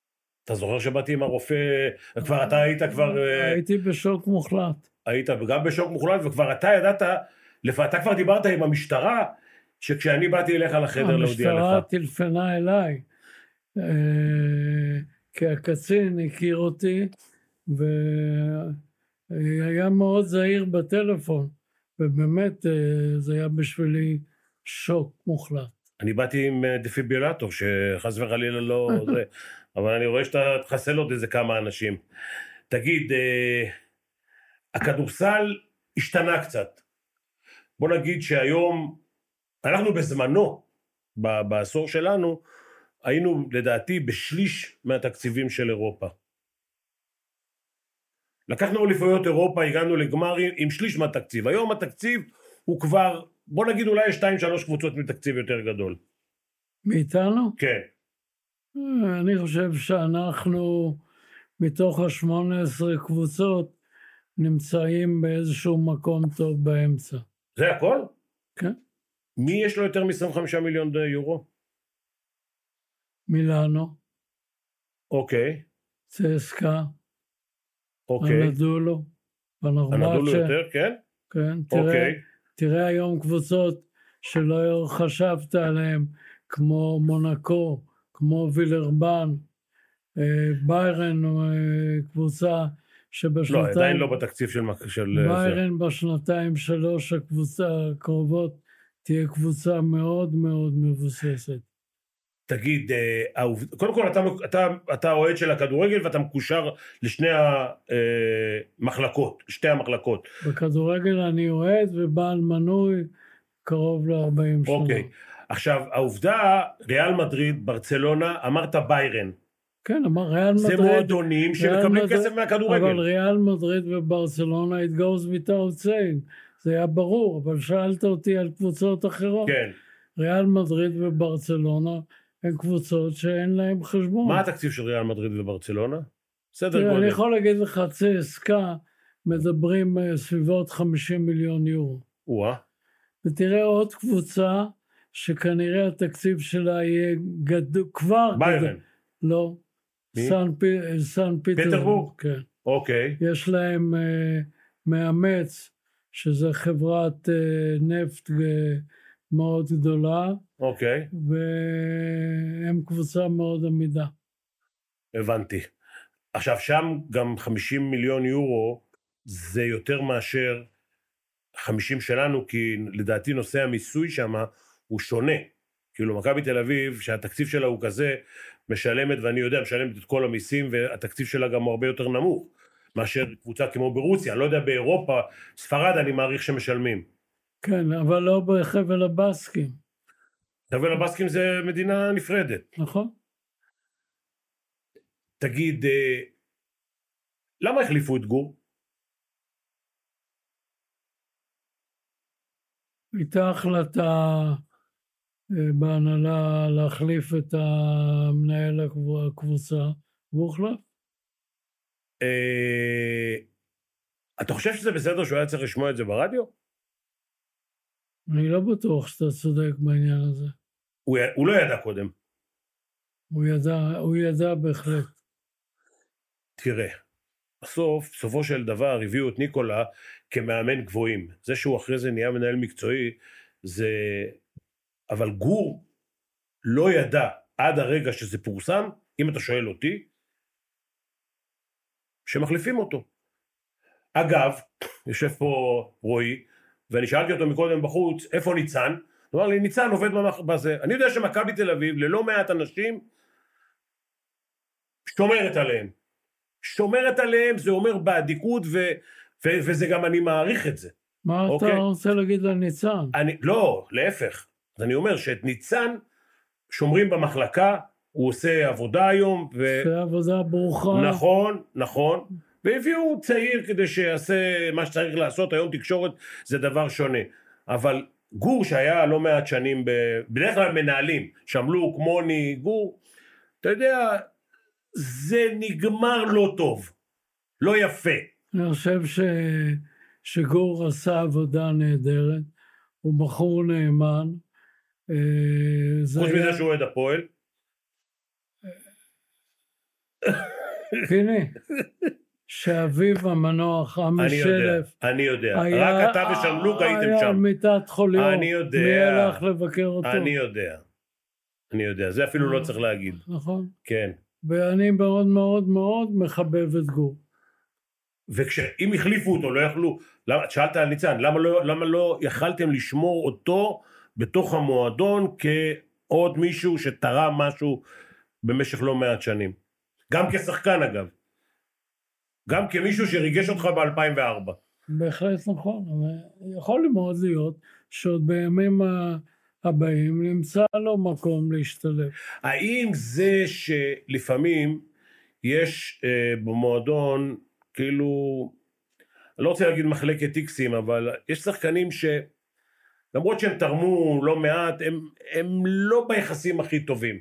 אתה זוכר שבאתי עם הרופא, וכבר אתה היית כבר... הייתי בשוק מוחלט. היית גם בשוק מוחלט, וכבר אתה ידעת, אתה כבר דיברת עם המשטרה, שכשאני באתי אליך לחדר להודיע לך. המשטרה טלפנה אליי, כי הקצין הכיר אותי, והיה מאוד זהיר בטלפון, ובאמת זה היה בשבילי שוק מוחלט. אני באתי עם דפיברילטור, שחס וחלילה לא... אבל אני רואה שאתה תחסל עוד איזה כמה אנשים. תגיד, הכדורסל השתנה קצת. בוא נגיד שהיום, אנחנו בזמנו, בעשור שלנו, היינו לדעתי בשליש מהתקציבים של אירופה. לקחנו אליפויות אירופה, הגענו לגמרים עם שליש מהתקציב. היום התקציב הוא כבר, בוא נגיד אולי שתיים שלוש קבוצות מתקציב יותר גדול. מאיתנו? כן. אני חושב שאנחנו מתוך ה-שמונה עשרה קבוצות נמצאים באיזשהו מקום טוב באמצע. זה הכל? כן. מי יש לו יותר מ-עשרים וחמישה מיליון יורו? מילאנו. אוקיי. צסקה. אוקיי. הנדולו. הנדולו יותר, כן? כן. תראה, אוקיי. תראה היום קבוצות שלא חשבת עליהן, כמו מונקו, כמו וילרבן, ביירן, קבוצה שבשנתיים... לא, עדיין לא בתקציב של... של ביירן זה. בשנתיים שלוש הקבוצה הקרובות תהיה קבוצה מאוד מאוד מבוססת. תגיד, קודם כל אתה, אתה, אתה אוהד של הכדורגל ואתה מקושר לשני המחלקות, שתי המחלקות. בכדורגל אני אוהד ובעל מנוי קרוב ל-ארבעים שנה. אוקיי. עכשיו, העובדה, ריאל מדריד, ברצלונה, אמרת ביירן. כן, אמר ריאל מדריד. זה מועדונים שמקבלים כסף מהכדורגל. אבל ריאל מדריד וברצלונה, it goes without saying. זה היה ברור, אבל שאלת אותי על קבוצות אחרות. כן. ריאל מדריד וברצלונה הן קבוצות שאין להן חשבון. מה התקציב של ריאל מדריד וברצלונה? סדר גודל. אני יכול להגיד לך, צסקה, מדברים סביבות חמישים מיליון יורו. וואה. ותראה עוד קבוצה, שכנראה התקציב שלה יהיה גדול, כבר... ביירן. לא. סן, פ... סן פטרבורג? כן. אוקיי. יש להם uh, מאמץ, שזה חברת uh, נפט uh, מאוד גדולה. אוקיי. והם קבוצה מאוד עמידה. הבנתי. עכשיו, שם גם חמישים מיליון יורו, זה יותר מאשר חמישים שלנו, כי לדעתי נושא המיסוי שם הוא שונה. כאילו, מכבי תל אביב, שהתקציב שלה הוא כזה, משלמת, ואני יודע, משלמת את כל המיסים, והתקציב שלה גם הרבה יותר נמוך, מאשר קבוצה כמו ברוסיה. אני לא יודע, באירופה, ספרד אני מעריך שמשלמים. כן, אבל לא בחבל הבסקים. חבל הבסקים זה מדינה נפרדת. נכון. תגיד, למה החליפו את גור? הייתה החלטה בהנהלה להחליף את המנהל הקבוצה, והוא הוחלף. אתה חושב שזה בסדר שהוא היה צריך לשמוע את זה ברדיו? אני לא בטוח שאתה צודק בעניין הזה. הוא, הוא לא ידע קודם. הוא ידע, הוא ידע בהחלט. תראה, בסוף, סופו של דבר, הביאו את ניקולה כמאמן גבוהים. זה שהוא אחרי זה נהיה מנהל מקצועי, זה... אבל גור לא ידע עד הרגע שזה פורסם, אם אתה שואל אותי, שמחליפים אותו. אגב, יושב פה רועי, ואני שאלתי אותו מקודם בחוץ, איפה ניצן? הוא אמר לי, ניצן עובד בזה. אני יודע שמכבי תל אביב, ללא מעט אנשים, שומרת עליהם. שומרת עליהם, זה אומר בעדיקות, ו- ו- וזה גם אני מעריך את זה. מה אוקיי? אתה רוצה להגיד על ניצן? אני, לא, להפך. אז אני אומר שאת ניצן שומרים במחלקה, הוא עושה עבודה היום. ו... עושה עבודה ברוכה. נכון, נכון. והביאו צעיר כדי שיעשה מה שצריך לעשות, היום תקשורת זה דבר שונה. אבל גור שהיה לא מעט שנים, ב... בדרך כלל מנהלים, שמלו כמוני, גור, אתה יודע, זה נגמר לא טוב, לא יפה. אני חושב ש... שגור עשה עבודה נהדרת, הוא בחור נאמן. חוץ מזה שהוא עד הפועל? פיני, שאביו המנוח, עמי שלף, אני יודע, רק אתה ושמלוק הייתם שם. היה מיטת חוליו. אני יודע. מי הלך לבקר אותו? אני יודע. אני יודע, זה אפילו לא צריך להגיד. נכון. כן. ואני מאוד מאוד מאוד מחבב את גור. וכשאם החליפו אותו, לא יכלו, שאלת על ניצן, למה לא, למה לא יכלתם לשמור אותו בתוך המועדון כעוד מישהו שתרם משהו במשך לא מעט שנים? גם כשחקן אגב. גם כמישהו שריגש אותך ב-אלפיים וארבע. בהחלט נכון, אבל יכול מאוד להיות שעוד בימים הבאים נמצא לו מקום להשתלב. האם זה שלפעמים יש אה, במועדון, כאילו, אני לא רוצה להגיד מחלקת איקסים, אבל יש שחקנים שלמרות שהם תרמו לא מעט, הם, הם לא ביחסים הכי טובים.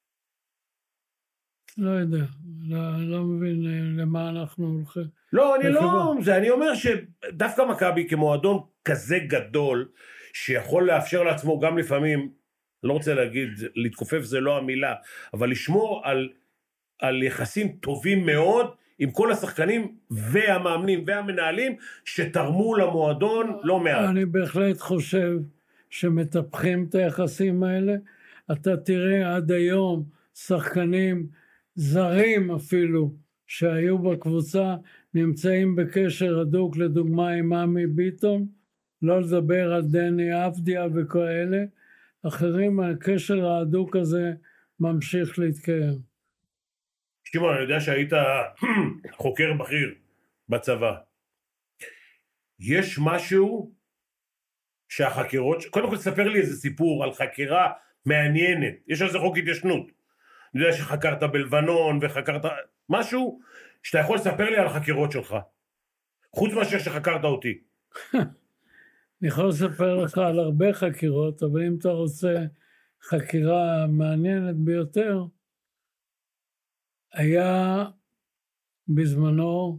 לא יודע, לא, לא מבין למה אנחנו הולכים. לא, אני לא, זה, אני אומר שדווקא מכבי כמועדון כזה גדול, שיכול לאפשר לעצמו גם לפעמים, לא רוצה להגיד, להתכופף זה לא המילה, אבל לשמור על, על יחסים טובים מאוד, עם כל השחקנים והמאמנים והמנהלים, שתרמו למועדון לא מעט. אני בהחלט חושב שמטפחים את היחסים האלה, אתה תראה עד היום שחקנים זרים אפילו, שהיו בקבוצה, נמצאים בקשר הדוק, לדוגמה עם עמי ביטון, לא לדבר על דני אבדיה וכאלה, אחרים הקשר ההדוק הזה ממשיך להתקיים. שמעון, אני יודע שהיית חוקר בכיר בצבא. יש משהו שהחקירות, קודם כל תספר לי איזה סיפור על חקירה מעניינת, יש על זה חוק התיישנות. אני יודע שחקרת בלבנון וחקרת משהו שאתה יכול לספר לי על החקירות שלך, חוץ מאשר שחקרת אותי. אני יכול לספר לך על הרבה חקירות, אבל אם אתה רוצה חקירה מעניינת ביותר, היה בזמנו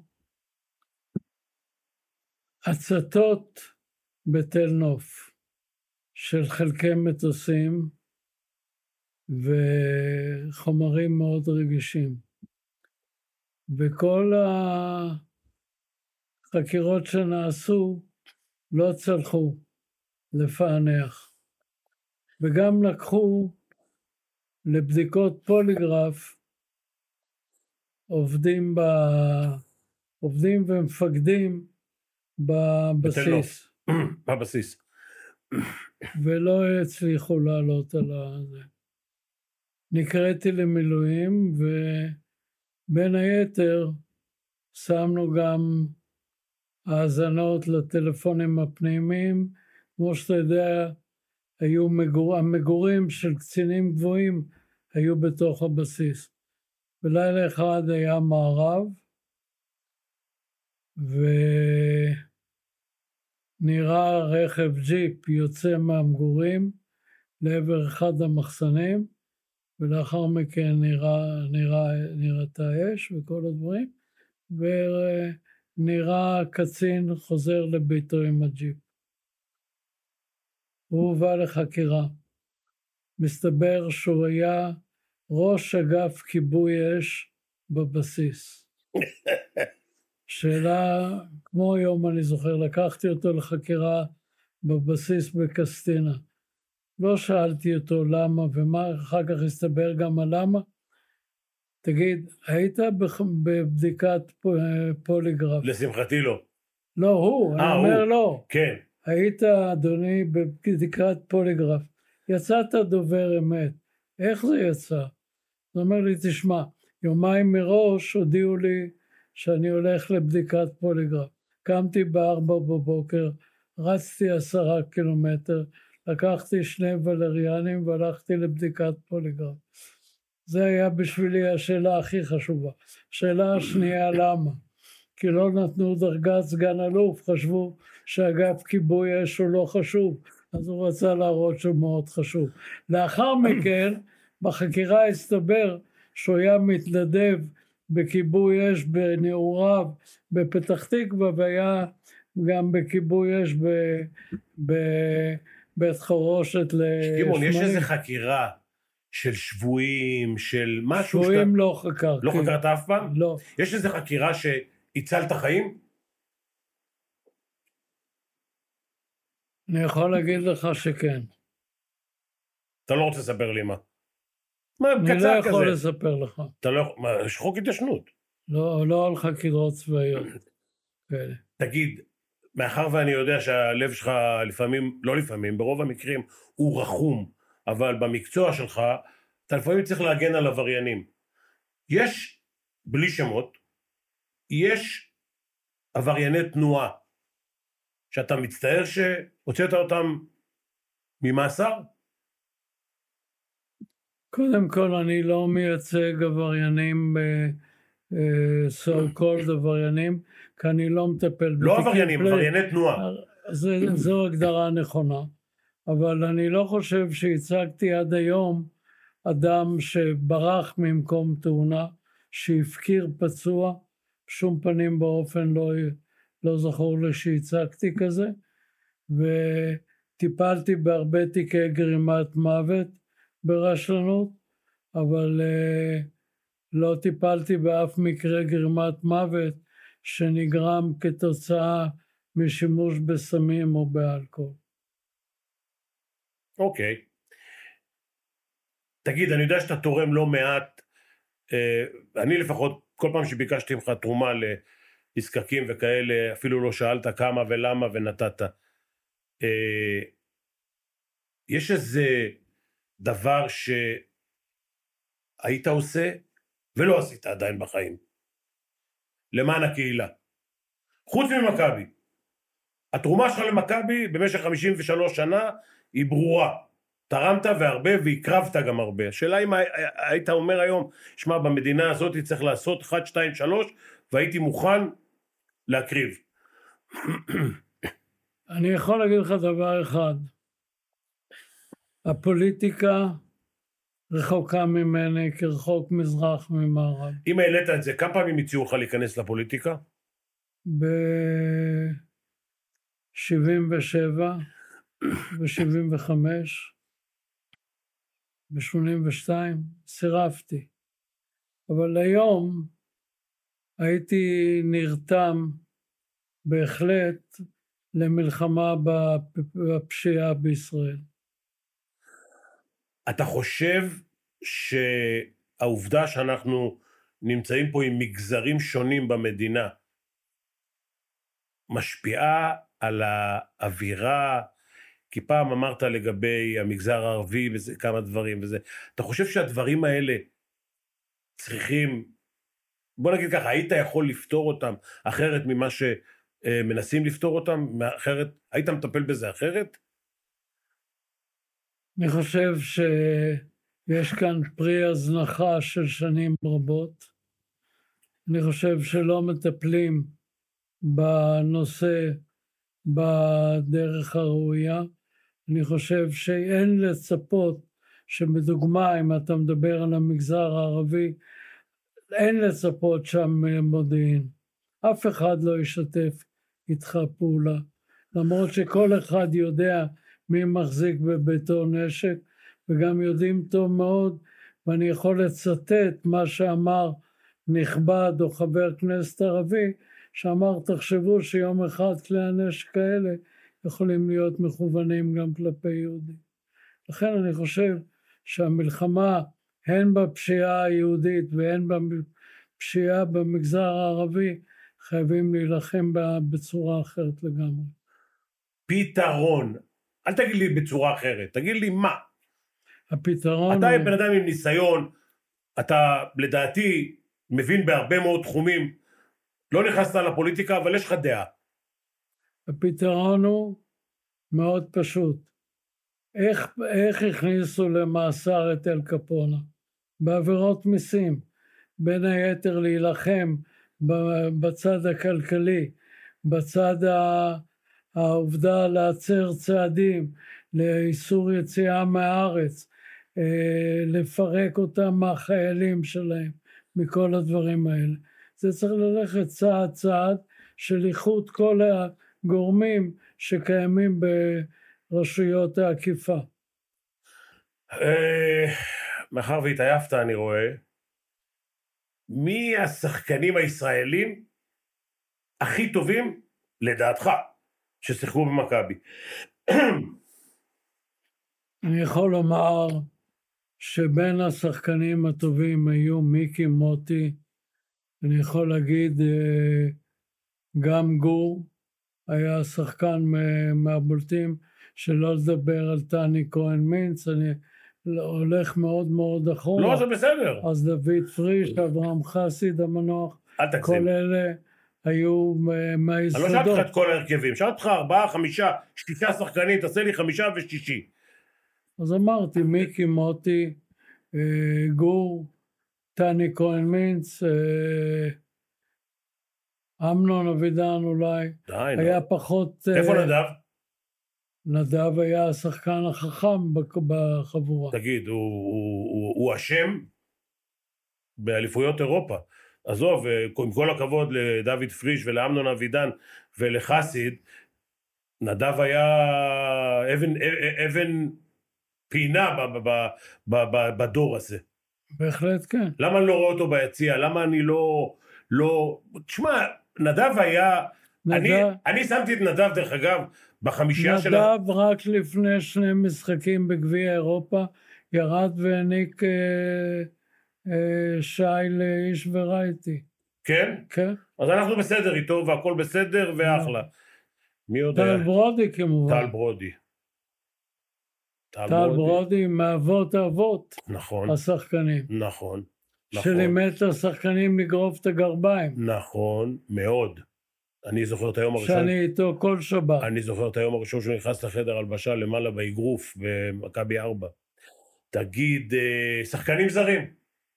הצתות בתל נוף של חלקי מטוסים וחומרים מאוד רגישים. וכל החקירות שנעשו לא צלחו לפענח. וגם לקחו לבדיקות פוליגרף עובדים, ב... עובדים ומפקדים בבסיס. בבסיס. ולא הצליחו לעלות על זה. נקראתי למילואים, ובין היתר שמנו גם האזנות לטלפונים הפנימיים. כמו שאתה יודע, היו מגור... המגורים של קצינים גבוהים היו בתוך הבסיס. בלילה אחד היה מערב, ונראה רכב ג'יפ יוצא מהמגורים לעבר אחד המחסנים, ולאחר מכן נראה, נראה, נראתה אש וכל הדברים, ונראה קצין חוזר לביתו עם הג'יפ. הוא הובא לחקירה. מסתבר שהוא היה ראש אגף כיבוי אש בבסיס. שאלה, כמו היום אני זוכר, לקחתי אותו לחקירה בבסיס בקסטינה. לא שאלתי אותו למה ומה, אחר כך הסתבר גם על למה. תגיד, היית בבדיקת פוליגרף? לשמחתי לא. לא, הוא, 아, אני אומר הוא. לא. כן. היית, אדוני, בבדיקת פוליגרף. יצאת דובר אמת. איך זה יצא? הוא אומר לי, תשמע, יומיים מראש הודיעו לי שאני הולך לבדיקת פוליגרף. קמתי בארבע בבוקר, רצתי עשרה קילומטר, לקחתי שני ולריאנים והלכתי לבדיקת פוליגרף. זה היה בשבילי השאלה הכי חשובה. השאלה השנייה, למה? כי לא נתנו דרגת סגן אלוף, חשבו שאגף כיבוי אש הוא לא חשוב, אז הוא רצה להראות שהוא מאוד חשוב. לאחר מכן, בחקירה הסתבר שהוא היה מתנדב בכיבוי אש בנעוריו בפתח תקווה, והיה גם בכיבוי אש בבית חורשת לשמנים. שמעון, יש איזו חקירה של שבויים, של משהו שבויים שאתה... לא חקרתי. לא חקרת אף פעם? לא. יש איזו חקירה שהצלת חיים? אני יכול להגיד לך שכן. אתה לא רוצה לספר לי מה? מה, אני קצר לא יכול כזה. לספר לך. אתה לא... מה, יש חוק התיישנות. לא, לא על חקירות צבאיות כאלה. תגיד, מאחר ואני יודע שהלב שלך לפעמים, לא לפעמים, ברוב המקרים הוא רחום, אבל במקצוע שלך, אתה לפעמים צריך להגן על עבריינים. יש, בלי שמות, יש עברייני תנועה, שאתה מצטער שהוצאת אותם ממאסר? קודם כל, אני לא מייצג עבריינים, so called עבריינים, כי אני לא מטפל לא עבריינים, עברייני תנועה. זה, זו הגדרה נכונה, אבל אני לא חושב שהצגתי עד היום אדם שברח ממקום תאונה, שהפקיר פצוע, בשום פנים באופן לא, לא זכור לי שהצגתי כזה, וטיפלתי בהרבה תיקי גרימת מוות ברשלנות, אבל uh, לא טיפלתי באף מקרה גרימת מוות שנגרם כתוצאה משימוש בסמים או באלכוהול. אוקיי. תגיד, אני יודע שאתה תורם לא מעט, uh, אני לפחות, כל פעם שביקשתי ממך תרומה לעסקקים וכאלה, אפילו לא שאלת כמה ולמה ונתת. Uh, יש איזה דבר שהיית עושה ולא עשית עדיין בחיים למען הקהילה, חוץ ממכבי? התרומה שלך למכבי במשך חמישים ושלוש שנה היא ברורה, תרמת והרבה והקרבת גם הרבה. השאלה אם היית אומר היום, שמע, במדינה הזאת צריך לעשות אחת, שתיים, שלוש, והייתי מוכן להקריב. אני יכול להגיד לך דבר אחד, הפוליטיקה רחוקה ממני כרחוק מזרח ממערב. אם העלית את זה, כמה פעמים הציעו לך להיכנס לפוליטיקה? ב-שבעים ושבע, ב-שבעים וחמש, ב-שמונים ושתיים, סירבתי. אבל היום הייתי נרתם בהחלט למלחמה בפשיעה בישראל. אתה חושב שהעובדה שאנחנו נמצאים פה עם מגזרים שונים במדינה משפיעה על האווירה? כי פעם אמרת לגבי המגזר הערבי וזה כמה דברים וזה. אתה חושב שהדברים האלה צריכים, בוא נגיד ככה, היית יכול לפתור אותם אחרת ממה שמנסים לפתור אותם? אחרת, היית מטפל בזה אחרת? אני חושב שיש כאן פרי הזנחה של שנים רבות. אני חושב שלא מטפלים בנושא בדרך הראויה. אני חושב שאין לצפות שבדוגמה, אם אתה מדבר על המגזר הערבי, אין לצפות שם מודיעין. אף אחד לא ישתף איתך פעולה. למרות שכל אחד יודע מי מחזיק בביתו נשק, וגם יודעים טוב מאוד, ואני יכול לצטט מה שאמר נכבד או חבר כנסת ערבי, שאמר, תחשבו שיום אחד כלי הנשק האלה יכולים להיות מכוונים גם כלפי יהודים. לכן אני חושב שהמלחמה, הן בפשיעה היהודית והן בפשיעה במגזר הערבי, חייבים להילחם בה בצורה אחרת לגמרי. פתרון. אל תגיד לי בצורה אחרת, תגיד לי מה. הפתרון אתה הוא... בן אדם עם ניסיון, אתה לדעתי מבין בהרבה מאוד תחומים, לא נכנסת לפוליטיקה, אבל יש לך דעה. הפתרון הוא מאוד פשוט. איך, איך הכניסו למאסר את אל קפונה? בעבירות מיסים. בין היתר להילחם בצד הכלכלי, בצד העובדה לעצר צעדים, לאיסור יציאה מהארץ, לפרק אותם מהחיילים שלהם, מכל הדברים האלה. זה צריך ללכת צעד צעד של איחוד כל הגורמים שקיימים ברשויות העקיפה. מאחר והתעייפת, אני רואה, מי השחקנים הישראלים הכי טובים, לדעתך, ששיחקו במכבי? אני יכול לומר שבין השחקנים הטובים היו מיקי מוטי, אני יכול להגיד גם גור, היה שחקן מהבולטים, שלא לדבר על טני כהן מינץ, אני הולך מאוד מאוד אחורה. לא, זה בסדר. אז דוד פריש, אברהם חסיד המנוח, אל תגזים. כל אלה היו מהיסודות. אני לא שאלתי לך את כל ההרכבים, שאלתי לך ארבעה, חמישה, שישה שחקנים, תעשה לי חמישה ושישי. אז אמרתי, מיקי מוטי, גור, טני כהן מינץ, אמנון אבידן אולי, די, היה פחות... איפה נדב? נדב היה השחקן החכם בחבורה. תגיד, הוא, הוא, הוא, הוא אשם באליפויות אירופה. עזוב, עם כל הכבוד לדוד פריש ולאמנון אבידן ולחסיד, נדב היה אבן, אבן פינה ב, ב, ב, ב, בדור הזה. בהחלט כן. למה אני לא רואה אותו ביציע? למה אני לא... לא... תשמע, נדב היה... נדב... אני, אני שמתי את נדב, דרך אגב, בחמישייה של... נדב רק לפני שני משחקים בגביע אירופה, ירד והעניק אה, אה, שי לאיש וראיתי. כן? כן. אז אנחנו בסדר איתו, והכל בסדר, ואחלה. מי יודע? טל ברודי כמובן. טל ברודי. טל ברודי, ברודי מאבות האבות. נכון. השחקנים. נכון. שלימד את השחקנים לגרוף את הגרביים. נכון, מאוד. אני זוכר את היום הראשון... שאני איתו כל שבת. אני זוכר את היום הראשון שהוא נכנס לחדר הלבשה למעלה באגרוף במכבי ארבע. תגיד, שחקנים זרים.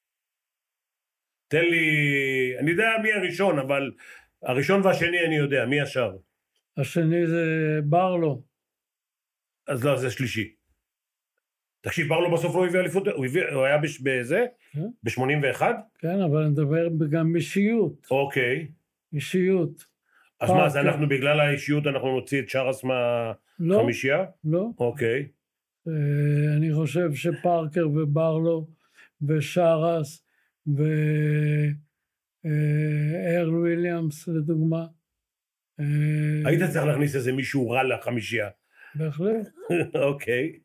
תן לי... אני יודע מי הראשון, אבל הראשון והשני אני יודע. מי השאר? השני זה ברלו. אז לא, זה שלישי. תקשיב, ברלו בסוף לא הביא אליפות, הוא, הוא היה בש, בזה? ב-שמונים ואחת? כן, אבל אני מדבר גם אישיות. אוקיי. אישיות. אז מה, אז אנחנו בגלל האישיות אנחנו נוציא את שרס מהחמישייה? לא. אוקיי. אני חושב שפארקר וברלו ושרס וארל וויליאמס לדוגמה. היית צריך להכניס איזה מישהו רע לחמישייה. בהחלט. אוקיי.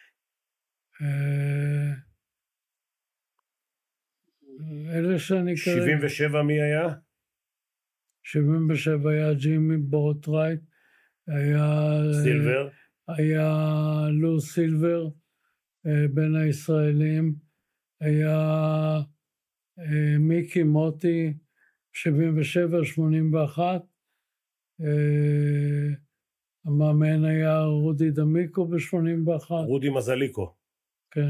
אלה שאני כרגע... שבעים ושבע מי היה? שבעים ושבע היה ג'ימי בורטרייט, היה... סילבר. היה לו סילבר, בין הישראלים, היה מיקי מוטי, שבעים ושבע שמונים ואחת, המאמן היה רודי דמיקו ב-שמונים ואחת. רודי מזליקו. כן.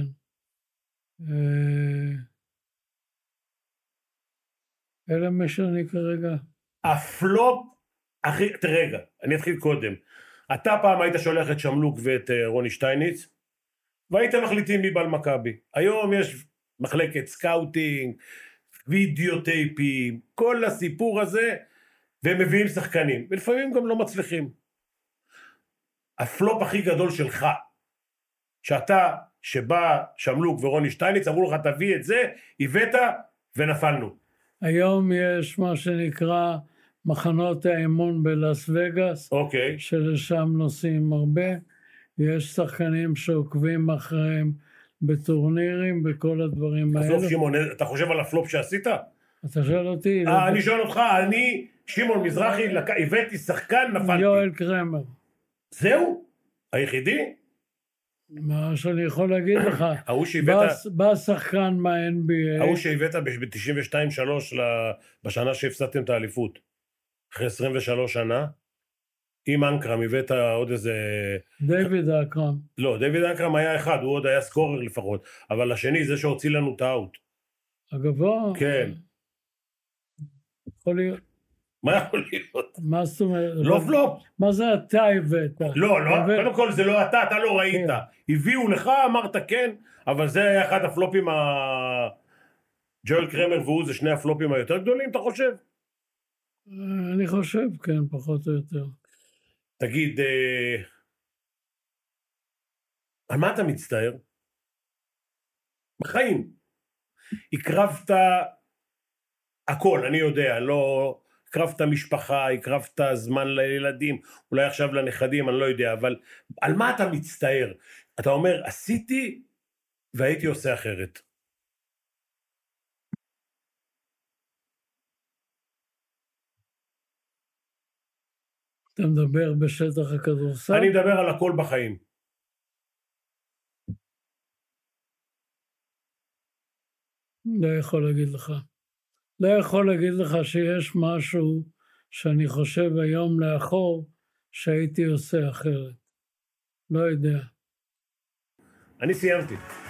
אלה מה שאני כרגע. הפלופ, אחי, תרגע, אני אתחיל קודם. אתה פעם היית שולח את שמלוק ואת רוני שטייניץ, והייתם מחליטים מי בעל מכבי. היום יש מחלקת סקאוטינג, וידאו טייפים, כל הסיפור הזה, והם מביאים שחקנים, ולפעמים גם לא מצליחים. הפלופ הכי גדול שלך, שאתה, שבא שמלוק ורוני שטייניץ, אמרו לך תביא את זה, הבאת ונפלנו. היום יש מה שנקרא מחנות האימון בלאס וגאס, אוקיי. שלשם נוסעים הרבה, יש שחקנים שעוקבים אחריהם בטורנירים וכל הדברים האלה. עזוב שמעון, אתה חושב על הפלופ שעשית? אתה שואל אותי? אה, אני שואל אותך, אני, שמעון מזרחי, הבאתי שחקן, נפלתי. יואל קרמר. זהו? היחידי? מה שאני יכול להגיד לך, בא שחקן מה-אן בי איי. ההוא שהבאת ב-תשעים ושתיים שלוש בשנה שהפסדתם את האליפות, אחרי עשרים ושלוש שנה, עם אנקרם הבאת עוד איזה... דיוויד אקרם. לא, דיוויד אקרם היה אחד, הוא עוד היה סקורר לפחות, אבל השני זה שהוציא לנו את האוט. הגבוה? כן. יכול להיות. מה יכול להיות? מה זאת אומרת? לא פלופ. מה זה אתה הבאת? לא, לא, קודם כל זה לא אתה, אתה לא ראית. הביאו לך, אמרת כן, אבל זה היה אחד הפלופים ה... ג'ואל קרמר והוא זה שני הפלופים היותר גדולים, אתה חושב? אני חושב, כן, פחות או יותר. תגיד, אה... על מה אתה מצטער? בחיים. הקרבת הכל, אני יודע, לא... הקרבת משפחה, הקרבת זמן לילדים, אולי עכשיו לנכדים, אני לא יודע, אבל על מה אתה מצטער? אתה אומר, עשיתי והייתי עושה אחרת. אתה מדבר בשטח הכדורסל? אני מדבר על הכל בחיים. לא יכול להגיד לך. לא יכול להגיד לך שיש משהו שאני חושב היום לאחור שהייתי עושה אחרת. לא יודע. אני סיימתי.